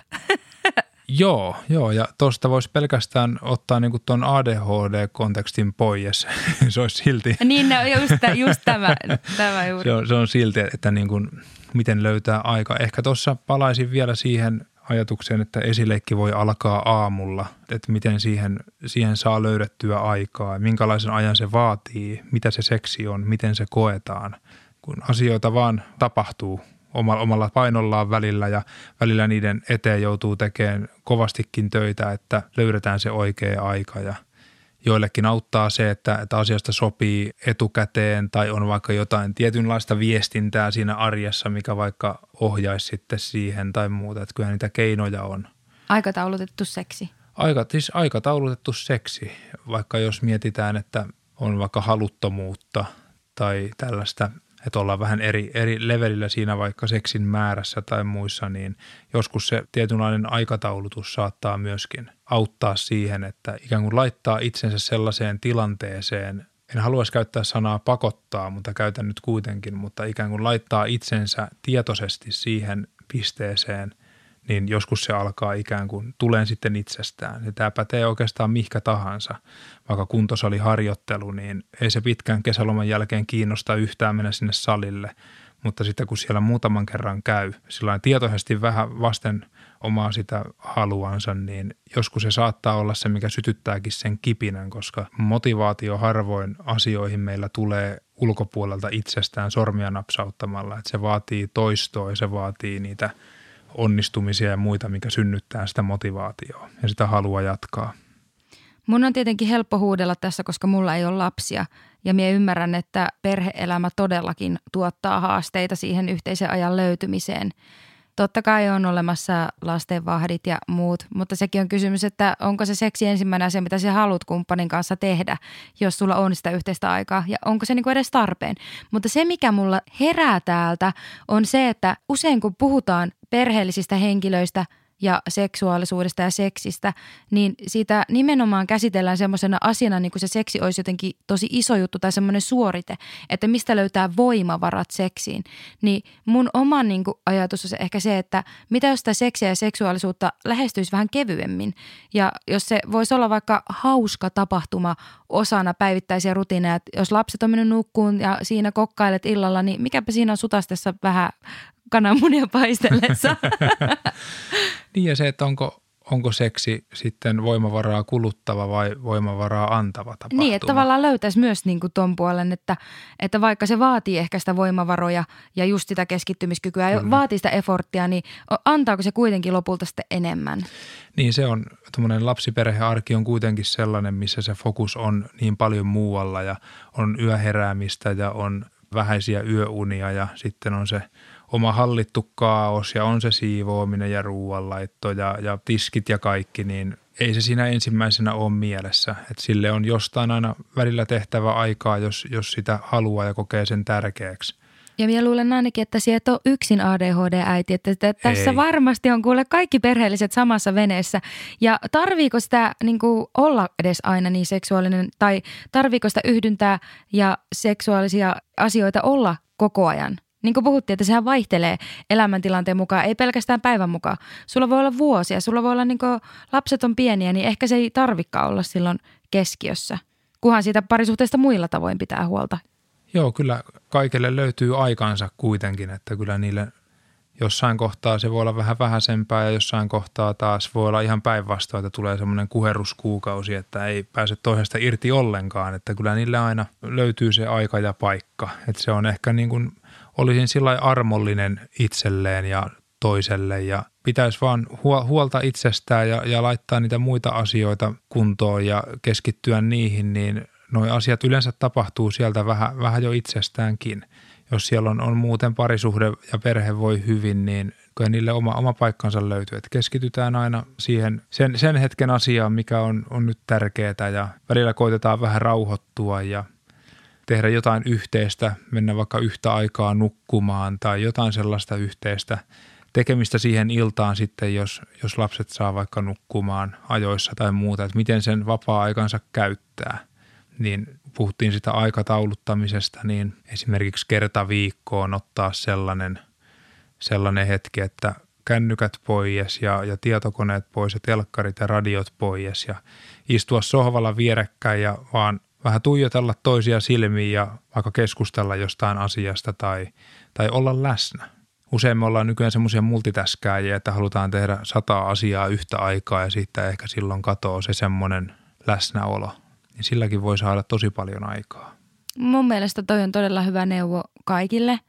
Joo, joo, ja tuosta voisi pelkästään ottaa niinku tuon A D H D-kontekstin pois. Se olisi silti. Niin, no, just, just tämä, tämä juuri. Se on, se on silti, että niinku, miten löytää aika. Ehkä tuossa palaisin vielä siihen ajatukseen, että esileikki voi alkaa aamulla, että miten siihen, siihen saa löydettyä aikaa, minkälaisen ajan se vaatii, mitä se seksi on, miten se koetaan, kun asioita vaan tapahtuu omalla painollaan välillä ja välillä niiden eteen joutuu tekemään kovastikin töitä, että löydetään se oikea aika ja joillekin auttaa se, että, että asiasta sopii etukäteen tai on vaikka jotain tietynlaista viestintää siinä arjessa, mikä vaikka ohjaisi sitten siihen tai muuta. Että kyllähän niitä keinoja on. Aikataulutettu seksi. Aika, siis aikataulutettu seksi, vaikka jos mietitään, että on vaikka haluttomuutta tai tällaista, että ollaan vähän eri, eri levelillä siinä vaikka seksin määrässä tai muissa, niin joskus se tietynlainen aikataulutus saattaa myöskin auttaa siihen, että ikään kuin laittaa itsensä sellaiseen tilanteeseen, en haluaisi käyttää sanaa pakottaa, mutta käytän nyt kuitenkin, mutta ikään kuin laittaa itsensä tietoisesti siihen pisteeseen, niin joskus se alkaa ikään kuin tuleen sitten itsestään. Ja tämä pätee oikeastaan mihkä tahansa. Vaikka kuntosaliharjoittelu, niin ei se pitkän kesäloman jälkeen kiinnosta yhtään mennä sinne salille. Mutta sitten kun siellä muutaman kerran käy, sillä tietoisesti vähän vasten omaa sitä haluansa, niin joskus se saattaa olla se, mikä sytyttääkin sen kipinän, koska motivaatio harvoin asioihin meillä tulee ulkopuolelta itsestään sormia napsauttamalla. Että se vaatii toistoa ja se vaatii niitä onnistumisia ja muita, mikä synnyttää sitä motivaatiota ja sitä halua jatkaa. Mun on tietenkin helppo huudella tässä, koska mulla ei ole lapsia ja minä ymmärrän, että perhe-elämä todellakin tuottaa haasteita siihen yhteisen ajan löytymiseen. Totta kai on olemassa lastenvahdit ja muut, mutta sekin on kysymys, että onko se seksi ensimmäinen asia, mitä sä haluat kumppanin kanssa tehdä, jos sulla on sitä yhteistä aikaa ja onko se niinku edes tarpeen. Mutta se, mikä mulla herää täältä, on se, että usein kun puhutaan perheellisistä henkilöistä ja seksuaalisuudesta ja seksistä, niin siitä nimenomaan käsitellään semmoisena asiana, niin kuin se seksi olisi jotenkin tosi iso juttu tai semmoinen suorite, että mistä löytää voimavarat seksiin. Niin mun oma niin kuin ajatus on se ehkä se, että mitä jos sitä seksiä ja seksuaalisuutta lähestyisi vähän kevyemmin ja jos se voisi olla vaikka hauska tapahtuma osana päivittäisiä rutiineja, että jos lapset on mennyt nukkuun ja siinä kokkailet illalla, niin mikäpä siinä on sutastessa vähän kananmunia paistellessa. Niin ja se, että onko, onko seksi sitten voimavaraa kuluttava vai voimavaraa antava tapahtuma. Niin, että tavallaan löytäisi myös niin kuin ton puolen, että, että vaikka se vaatii ehkä sitä voimavaroja ja just sitä keskittymiskykyä ja vaatii sitä efforttia, niin antaako se kuitenkin lopulta sitten enemmän? Niin se on, tuommoinen lapsiperhearki on kuitenkin sellainen, missä se fokus on niin paljon muualla ja on yöheräämistä ja on vähäisiä yöunia ja sitten on se oma hallittu kaos ja on se siivoaminen ja ruoanlaitto ja, ja tiskit ja kaikki, niin ei se siinä ensimmäisenä ole mielessä. Että sille on jostain aina välillä tehtävä aikaa, jos, jos sitä haluaa ja kokee sen tärkeäksi. Ja minä luulen ainakin, että sinä et ole yksin A D H D-äiti, että tässä ei. Varmasti on kuule kaikki perheelliset samassa veneessä. Ja tarviiko sitä niin kuin olla edes aina niin seksuaalinen tai tarviiko sitä yhdyntää ja seksuaalisia asioita olla koko ajan? Niin kuin puhuttiin, että sehän vaihtelee elämäntilanteen mukaan, ei pelkästään päivän mukaan. Sulla voi olla vuosia, sulla voi olla niin kuin lapset on pieniä, niin ehkä se ei tarvikaan olla silloin keskiössä, kunhan siitä parisuhteesta muilla tavoin pitää huolta. Joo, kyllä kaikille löytyy aikansa kuitenkin, että kyllä niille jossain kohtaa se voi olla vähän vähäisempää ja jossain kohtaa taas voi olla ihan päinvastoin, että tulee semmoinen kuheruskuukausi, että ei pääse toisesta irti ollenkaan, että kyllä niille aina löytyy se aika ja paikka. Että se on ehkä niin kuin, olisin sillä lailla armollinen itselleen ja toiselle ja pitäisi vaan huolta itsestään ja, ja laittaa niitä muita asioita kuntoon ja keskittyä niihin, niin nuo asiat yleensä tapahtuu sieltä vähän, vähän jo itsestäänkin. Jos siellä on, on muuten parisuhde ja perhe voi hyvin, niin kyllä niille oma, oma paikkansa löytyy. Että keskitytään aina siihen sen, sen hetken asiaan, mikä on, on nyt tärkeää ja välillä koitetaan vähän rauhoittua ja tehdä jotain yhteistä, mennä vaikka yhtä aikaa nukkumaan tai jotain sellaista yhteistä tekemistä siihen iltaan sitten, jos, jos lapset saa vaikka nukkumaan ajoissa tai muuta, että miten sen vapaa-aikansa käyttää. Niin puhuttiin sitä aikatauluttamisesta, niin esimerkiksi kerta viikkoon ottaa sellainen, sellainen hetki, että kännykät pois ja, ja tietokoneet pois ja telkkarit ja radiot pois ja istua sohvalla vierekkäin ja vaan vähän tuijotella toisia silmiin ja vaikka keskustella jostain asiasta tai, tai olla läsnä. Usein me ollaan nykyään semmoisia multitaskääjiä, että halutaan tehdä sata asiaa yhtä aikaa ja siitä ehkä silloin katoo se semmoinen läsnäolo. Niin silläkin voi saada tosi paljon aikaa. Mun mielestä toi on todella hyvä neuvo kaikille.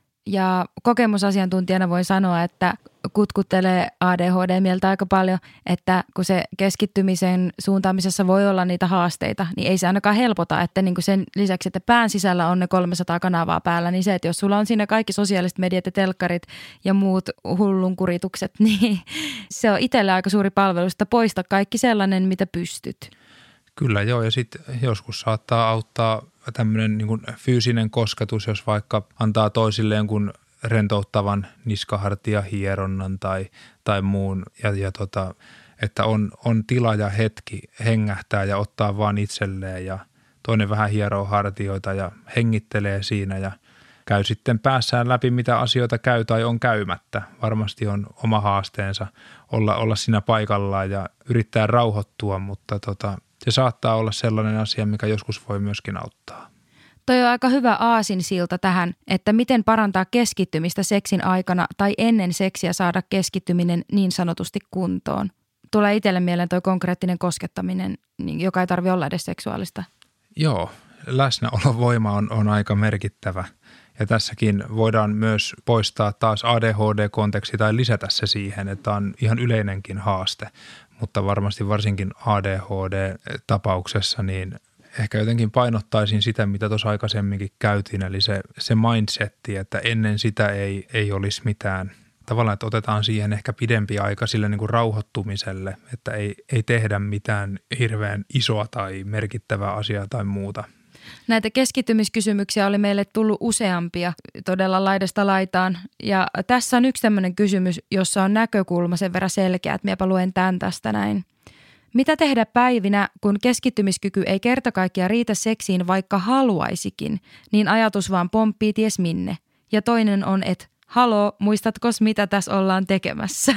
Ja kokemusasiantuntijana voin sanoa, että kutkuttelee A D H D-mieltä aika paljon, että kun se keskittymisen suuntaamisessa voi olla niitä haasteita, niin ei se ainakaan helpota, että niin kuin sen lisäksi, että pään sisällä on ne kolmesataa kanavaa päällä, niin se, että jos sulla on siinä kaikki sosiaaliset mediat ja telkkarit ja muut hullunkuritukset, niin se on itselle aika suuri palvelus, että poista kaikki sellainen, mitä pystyt. Kyllä joo, ja sitten joskus saattaa auttaa tämmöinen niin kuin fyysinen kosketus, jos vaikka antaa toisille jonkun rentouttavan niskahartiahieronnan tai, tai muun, ja, ja tota, että on, on tila ja hetki hengähtää ja ottaa vaan itselleen ja toinen vähän hieroo hartioita ja hengittelee siinä ja käy sitten päässään läpi, mitä asioita käy tai on käymättä. Varmasti on oma haasteensa olla, olla siinä paikallaan ja yrittää rauhoittua, mutta tota, se saattaa olla sellainen asia, mikä joskus voi myöskin auttaa. Toi on aika hyvä aasinsilta tähän, että miten parantaa keskittymistä seksin aikana tai ennen seksiä saada keskittyminen niin sanotusti kuntoon. Tulee itselle mieleen toi konkreettinen koskettaminen, joka ei tarvitse olla edes seksuaalista. Joo, läsnäolovoima on, on aika merkittävä. Ja tässäkin voidaan myös poistaa taas A D H D-konteksti tai lisätä se siihen, että on ihan yleinenkin haaste. Mutta varmasti varsinkin A D H D-tapauksessa niin ehkä jotenkin painottaisin sitä, mitä tuossa aikaisemminkin käytiin, eli se, se mindsetti, että ennen sitä ei, ei olisi mitään. Tavallaan, että otetaan siihen ehkä pidempi aika sille niin kuin rauhoittumiselle, että ei, ei tehdä mitään hirveän isoa tai merkittävää asiaa tai muuta. Näitä keskittymiskysymyksiä oli meille tullut useampia todella laidasta laitaan. Ja tässä on yksi tämmöinen kysymys, jossa on näkökulma sen verran selkeä, että minäpä luen tämän tästä näin. Mitä tehdä päivinä, kun keskittymiskyky ei kerta kaikkiaan riitä seksiin, vaikka haluaisikin, niin ajatus vaan pomppii ties minne. Ja toinen on, että haloo, muistatko mitä tässä ollaan tekemässä?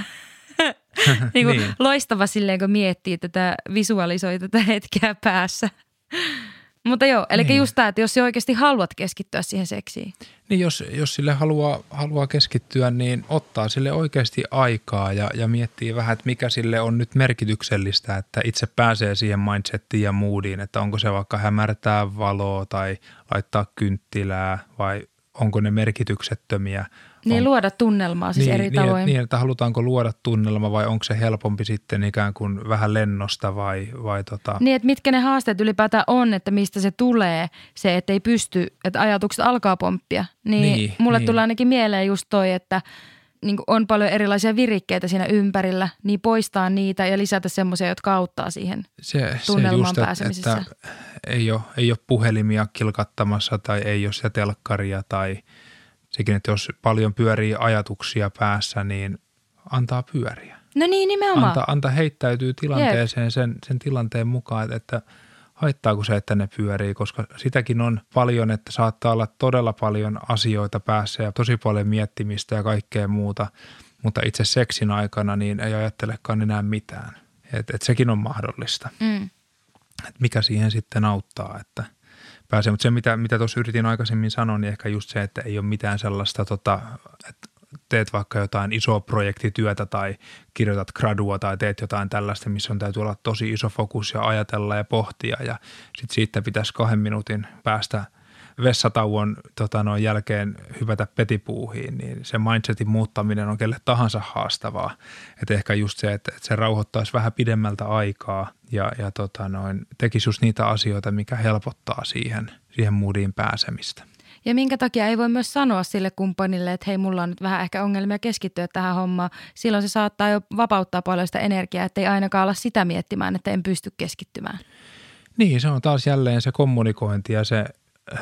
niin kuin niin. Loistava silleen, kun miettii tätä, visualisoi tätä hetkeä päässä. Mutta joo, eli niin. Just tämä, että jos oikeasti haluat keskittyä siihen seksiin. Niin jos, jos sille haluaa, haluaa keskittyä, niin ottaa sille oikeasti aikaa ja, ja miettii vähän, että mikä sille on nyt merkityksellistä, että itse pääsee siihen mindsettiin ja moodiin, että onko se vaikka hämärtää valoa tai laittaa kynttilää vai onko ne merkityksettömiä. Niin on, luoda tunnelmaa siis niin, eri niin, tavoin. Niin, että halutaanko luoda tunnelma vai onko se helpompi sitten ikään kuin vähän lennosta vai, vai tota. Niin, että mitkä ne haasteet ylipäätään on, että mistä se tulee, se, että ei pysty, että ajatukset alkaa pomppia. Niin, niin mulle niin. tulee ainakin mieleen just toi, että niin on paljon erilaisia virikkeitä siinä ympärillä, niin poistaa niitä ja lisätä semmoisia, jotka auttaa siihen se, tunnelmaan se just, pääsemisessä. Että, että ei, ole, ei ole puhelimia kilkattamassa tai ei ole sitä telkkaria tai sekin, että jos paljon pyörii ajatuksia päässä, niin antaa pyöriä. No niin, nimenomaan. Anta, anta heittäytyy tilanteeseen sen, sen tilanteen mukaan, että haittaako se, että ne pyörii, koska sitäkin on paljon, että saattaa olla todella paljon asioita päässä ja tosi paljon miettimistä ja kaikkea muuta, mutta itse seksin aikana niin ei ajattelekaan enää mitään. Että et sekin on mahdollista. Mm. Et mikä siihen sitten auttaa, että pääsee. Mutta se, mitä, mitä tuossa yritin aikaisemmin sanoa, niin ehkä just se, että ei ole mitään sellaista, tota, että teet vaikka jotain isoa projektityötä tai kirjoitat gradua tai teet jotain tällaista, missä on täytyy olla tosi iso fokus ja ajatella ja pohtia ja sitten siitä pitäisi kahden minuutin päästä vessatauon tota, noin jälkeen hypätä petipuuhiin, niin se mindsetin muuttaminen on kelle tahansa haastavaa. Että ehkä just se, että, että se rauhoittaisi vähän pidemmältä aikaa ja, ja tota, noin, tekisi just niitä asioita, mikä helpottaa siihen, siihen moodiin pääsemistä. Ja minkä takia ei voi myös sanoa sille kumppanille, että hei, mulla on nyt vähän ehkä ongelmia keskittyä tähän hommaan. Silloin se saattaa jo vapauttaa paljon sitä energiaa, ettei ainakaan olla sitä miettimään, että en pysty keskittymään. Niin, se on taas jälleen se kommunikointi ja se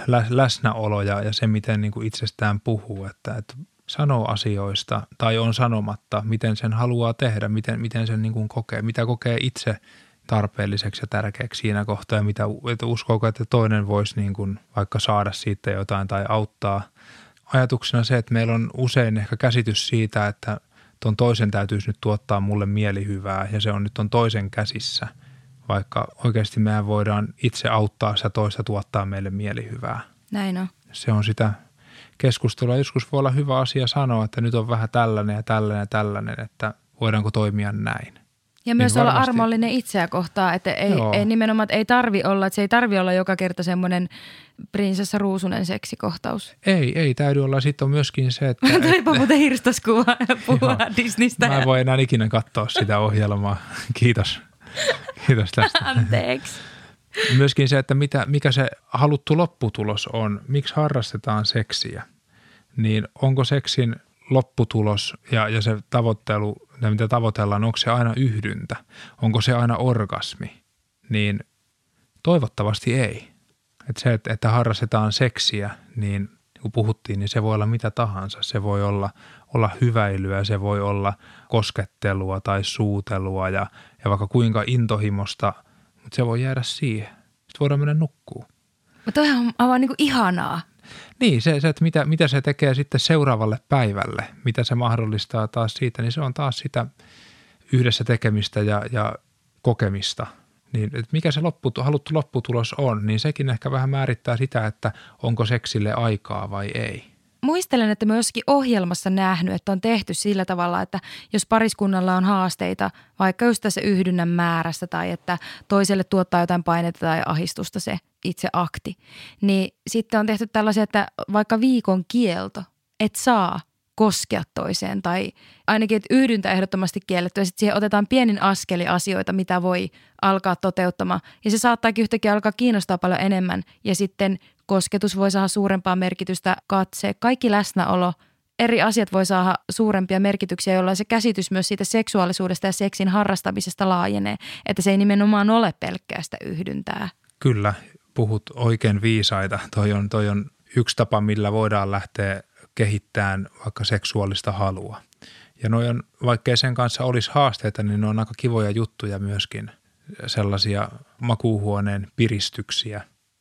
läsnäolo ja, ja se, miten niin kuin itsestään puhuu, että, että sanoo asioista tai on sanomatta, miten sen haluaa tehdä, miten, miten sen niin kuin kokee, mitä kokee itse tarpeelliseksi ja tärkeäksi siinä kohtaa ja mitä, että uskoako, että toinen voisi niin kuin vaikka saada siitä jotain tai auttaa. Ajatuksena se, että meillä on usein ehkä käsitys siitä, että ton toisen täytyisi nyt tuottaa mulle mielihyvää ja se on nyt ton toisen käsissä, vaikka oikeasti mehän voidaan itse auttaa sitä toista tuottaa meille mielihyvää. Näin on. Se on sitä keskustelua. Joskus voi olla hyvä asia sanoa, että nyt on vähän tällainen ja tällainen ja tällainen, että voidaanko toimia näin. Ja myös niin olla varmasti armollinen itseä kohtaan, että ei, ei nimenomaan, että ei tarvi olla, että se ei tarvi olla joka kerta semmoinen prinsessa Ruusunen seksikohtaus. Ei, ei täydy olla. Sitten on myöskin se, että... Toipa muuten hirstaskuva puhua Disneystä. Mä en voi enää ikinä katsoa sitä ohjelmaa. Kiitos. Kiitos tästä. Anteeksi. Myöskin se, että mitä, mikä se haluttu lopputulos on, miksi harrastetaan seksiä, niin onko seksin lopputulos ja, ja se tavoittelu, ja mitä tavoitellaan, onko se aina yhdyntä, onko se aina orgasmi, niin toivottavasti ei. Että se, että, että harrastetaan seksiä, niin kun puhuttiin, niin se voi olla mitä tahansa. Se voi olla, olla hyväilyä, se voi olla koskettelua tai suutelua ja, ja vaikka kuinka intohimosta, mutta se voi jäädä siihen. Sitten voidaan mennä nukkuun. Mutta toihan on aivan niin kuin ihanaa. Niin, se, se että mitä, mitä se tekee sitten seuraavalle päivälle, mitä se mahdollistaa taas siitä, niin se on taas sitä yhdessä tekemistä ja, ja kokemista. Niin, että mikä se loppu, haluttu lopputulos on, niin sekin ehkä vähän määrittää sitä, että onko seksille aikaa vai ei. Muistelen, että mä jossakin ohjelmassa nähnyt, että on tehty sillä tavalla, että jos pariskunnalla on haasteita, vaikka just tässä yhdynnän määrästä tai että toiselle tuottaa jotain painetta tai ahdistusta se itse akti, niin sitten on tehty tällaisia, että vaikka viikon kielto, et saa koskea toiseen tai ainakin, että yhdyntä ehdottomasti kielletty ja sitten siihen otetaan pienin askeli asioita, mitä voi alkaa toteuttamaan ja se saattaakin yhtäkkiä alkaa kiinnostaa paljon enemmän ja sitten kosketus voi saada suurempaa merkitystä, katse, kaikki läsnäolo, eri asiat voi saada suurempia merkityksiä, jolloin se käsitys myös siitä seksuaalisuudesta ja seksin harrastamisesta laajenee, että se ei nimenomaan ole pelkkää sitä yhdyntää. Kyllä, puhut oikein viisaita. Toi on, toi on yksi tapa, millä voidaan lähteä kehittämään vaikka seksuaalista halua. Ja noi on, vaikkei sen kanssa olisi haasteita, niin ne on aika kivoja juttuja myöskin, sellaisia makuuhuoneen piristyksiä.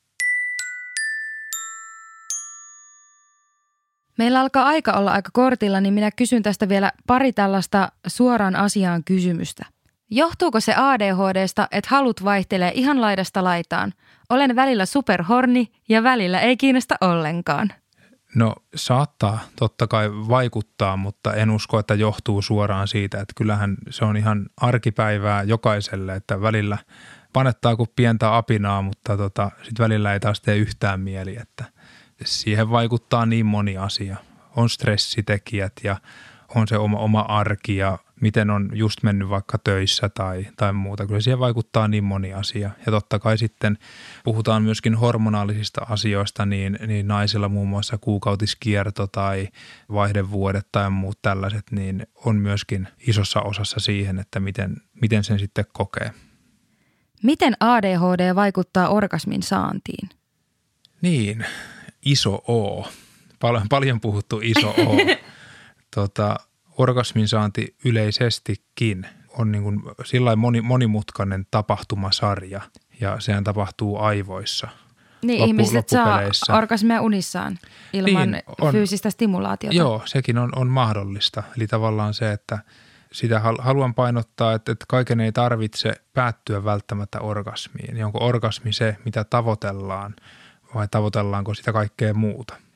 Meillä alkaa aika olla aika kortilla, niin minä kysyn tästä vielä pari tällaista suoraan asiaan kysymystä. Johtuuko se A D H D:sta, että halut vaihtelee ihan laidasta laitaan? Olen välillä superhorni ja välillä ei kiinnosta ollenkaan. No saattaa totta kai vaikuttaa, mutta en usko, että johtuu suoraan siitä, että kyllähän se on ihan arkipäivää jokaiselle, että välillä panettaa kuin pientä apinaa, mutta tota, sitten välillä ei taas tee yhtään mieli, että siihen vaikuttaa niin moni asia. On stressitekijät ja on se oma, oma arki ja miten on just mennyt vaikka töissä tai, tai muuta. Kyllä siihen vaikuttaa niin moni asia. Ja totta kai sitten puhutaan myöskin hormonaalisista asioista, niin, niin naisilla muun muassa kuukautiskierto tai vaihdevuodet tai muut tällaiset, niin on myöskin isossa osassa siihen, että miten, miten sen sitten kokee. Miten A D H D vaikuttaa orgasmin saantiin? Niin, iso O. Pal- paljon puhuttu iso O. tota, orgasmin saanti yleisestikin on niin kuin sillain moni, monimutkainen tapahtumasarja ja sehän tapahtuu aivoissa. Niin, Loppu, ihmiset saa orgasmia unissaan ilman niin, on, fyysistä stimulaatiota. Joo, sekin on, on mahdollista. Eli tavallaan se, että sitä haluan painottaa, että, että kaiken ei tarvitse päättyä välttämättä orgasmiin. Onko orgasmi se, mitä tavoitellaan vai tavoitellaanko sitä kaikkea muuta?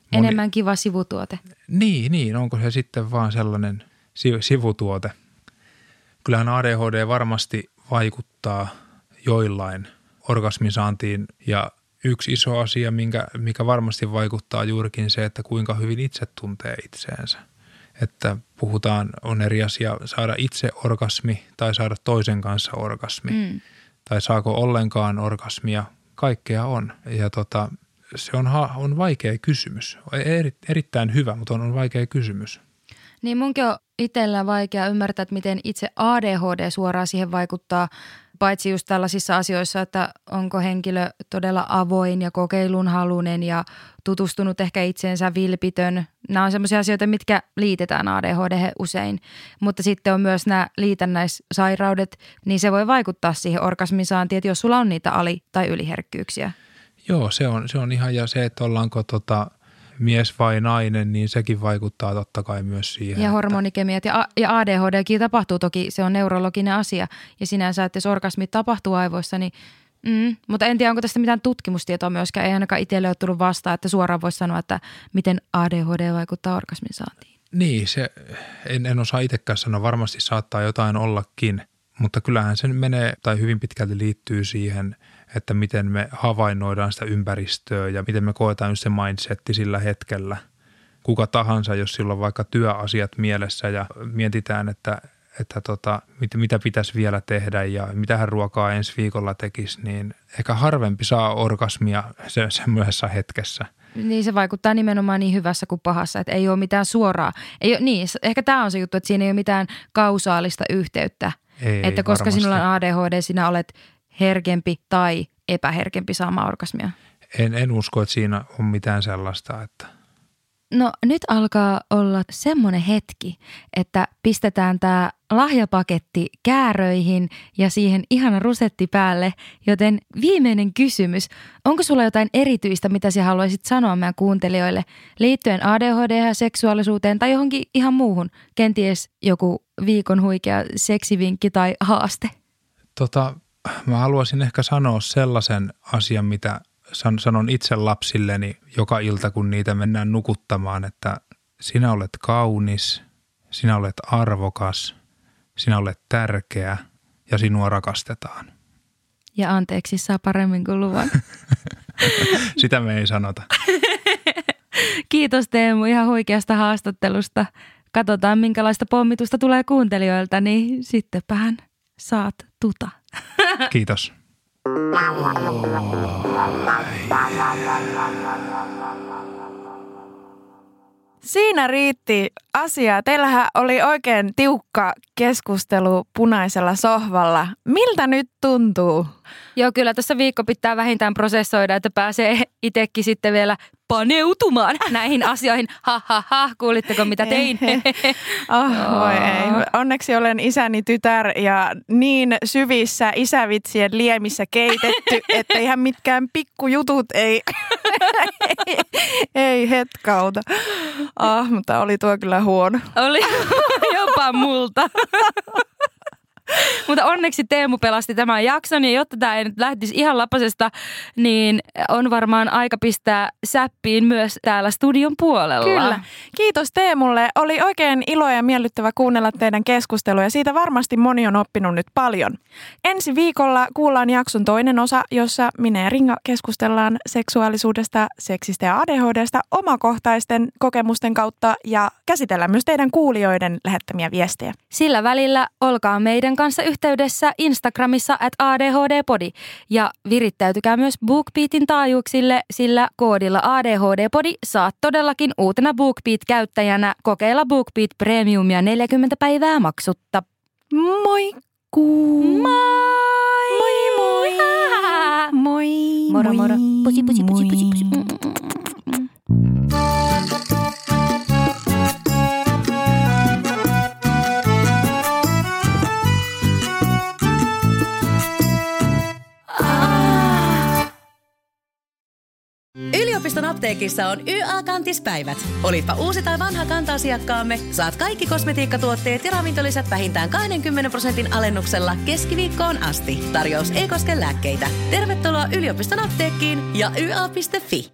Moni... Enemmän kiva sivutuote. Niin, niin, onko se sitten vaan sellainen sivutuote. Kyllähän A D H D varmasti vaikuttaa joillain orgasmin saantiin ja yksi iso asia, minkä, mikä varmasti vaikuttaa juurikin se, että kuinka hyvin itse tuntee itseensä. Että puhutaan, on eri asia saada itse orgasmi tai saada toisen kanssa orgasmi. Mm. Tai saako ollenkaan orgasmia, kaikkea on. Ja tota, se on, on vaikea kysymys. Eri, erittäin hyvä, mutta on, on vaikea kysymys. Niin munkin on itsellä vaikea ymmärtää, että miten itse A D H D suoraan siihen vaikuttaa, paitsi just tällaisissa asioissa, että onko henkilö todella avoin ja kokeilunhaluinen ja tutustunut ehkä itseensä vilpitön. Nämä on sellaisia asioita, mitkä liitetään A D H D usein, mutta sitten on myös nämä liitännäissairaudet, niin se voi vaikuttaa siihen orgasmin saantiin, että jos sulla on niitä ali- tai yliherkkyyksiä. Joo, se on, se on ihan ja se, että ollaanko tota mies vai nainen, niin sekin vaikuttaa totta kai myös siihen. Ja hormonikemiat ja, ja A D H D:kin tapahtuu toki, se on neurologinen asia. Ja sinänsä, että jos orgasmi tapahtuu aivoissa, niin mm, mutta en tiedä, onko tästä mitään tutkimustietoa myöskään. Ei ainakaan itselle ole tullut vastaan, että suoraan voisi sanoa, että miten A D H D vaikuttaa orgasmin saantiin. Niin, se, en, en osaa itsekään sanoa. Varmasti saattaa jotain ollakin, mutta kyllähän sen menee tai hyvin pitkälti liittyy siihen, että miten me havainnoidaan sitä ympäristöä ja miten me koetaan just se mindsetti sillä hetkellä. Kuka tahansa, jos sillä on vaikka työasiat mielessä ja mietitään, että, että tota, mit, mitä pitäisi vielä tehdä ja mitähän ruokaa ensi viikolla tekisi, niin ehkä harvempi saa orgasmia se, semmoisessa hetkessä. Niin se vaikuttaa nimenomaan niin hyvässä kuin pahassa, että ei ole mitään suoraa. Ei ole, niin, ehkä tämä on se juttu, että siinä ei ole mitään kausaalista yhteyttä. Ei, että koska varmasti. Sinulla on A D H D, sinä olet herkempi tai epäherkempi saamaan orgasmia? En, en usko, että siinä on mitään sellaista, että... No nyt alkaa olla semmoinen hetki, että pistetään tämä lahjapaketti kääröihin ja siihen ihana rusetti päälle, joten viimeinen kysymys. Onko sulla jotain erityistä, mitä sä haluaisit sanoa meidän kuuntelijoille liittyen A D H D ja seksuaalisuuteen tai johonkin ihan muuhun? Kenties joku viikon huikea seksivinkki tai haaste? Tota... Mä haluaisin ehkä sanoa sellaisen asian, mitä sanon itse lapsilleni joka ilta, kun niitä mennään nukuttamaan, että sinä olet kaunis, sinä olet arvokas, sinä olet tärkeä ja sinua rakastetaan. Ja anteeksi saa paremmin kuin luvan. Sitä me ei sanota. Kiitos Teemu ihan huikeasta haastattelusta. Katsotaan minkälaista pommitusta tulee kuuntelijoilta, niin sittenpähän saat tuta. Kiitos. Siinä riitti asiaa. Teillähän oli oikein tiukka keskustelu punaisella sohvalla. Miltä nyt tuntuu? Joo, kyllä tässä viikko pitää vähintään prosessoida, että pääsee itsekin sitten vielä paneutumaan näihin asioihin. Ha, ha, ha, kuulitteko mitä tein? Oh, voi ei. Onneksi olen isäni tytär ja niin syvissä isävitsien liemissä keitetty, että ihan mitkään pikkujutut ei, ei, ei hetkauta. Ah, mutta oli tuo kyllä huono. Oli jopa multa. Mutta onneksi Teemu pelasti tämän jakson ja jotta tämä ei nyt lähtisi ihan lapasesta, niin on varmaan aika pistää säppiin myös täällä studion puolella. Kyllä. Kiitos Teemulle. Oli oikein ilo ja miellyttävä kuunnella teidän keskustelua ja siitä varmasti moni on oppinut nyt paljon. Ensi viikolla kuullaan jakson toinen osa, jossa minä ja Ringa keskustellaan seksuaalisuudesta, seksistä ja A D H D:stä omakohtaisten kokemusten kautta ja käsitellään myös teidän kuulijoiden lähettämiä viestejä. Sillä välillä olkaa meidän kanssa yhteydessä Instagramissa at A D H D Podi ja virittäytykää myös BookBeatin taajuuksille, sillä koodilla A D H D Podi saat todellakin uutena BookBeat-käyttäjänä kokeilla BookBeat Premiumia neljäkymmentä päivää maksutta. Moikkuu! Moi! Moi moi! Moi! Moro moro! Pusi pusi pusi pusi pusi. Yliopiston apteekissa on Y A-kantispäivät. Olipa uusi tai vanha kanta-asiakkaamme, saat kaikki kosmetiikkatuotteet ja ravintolisät vähintään kaksikymmentä prosentin alennuksella keskiviikkoon asti. Tarjous ei koske lääkkeitä. Tervetuloa yliopiston apteekkiin ja y a piste fi.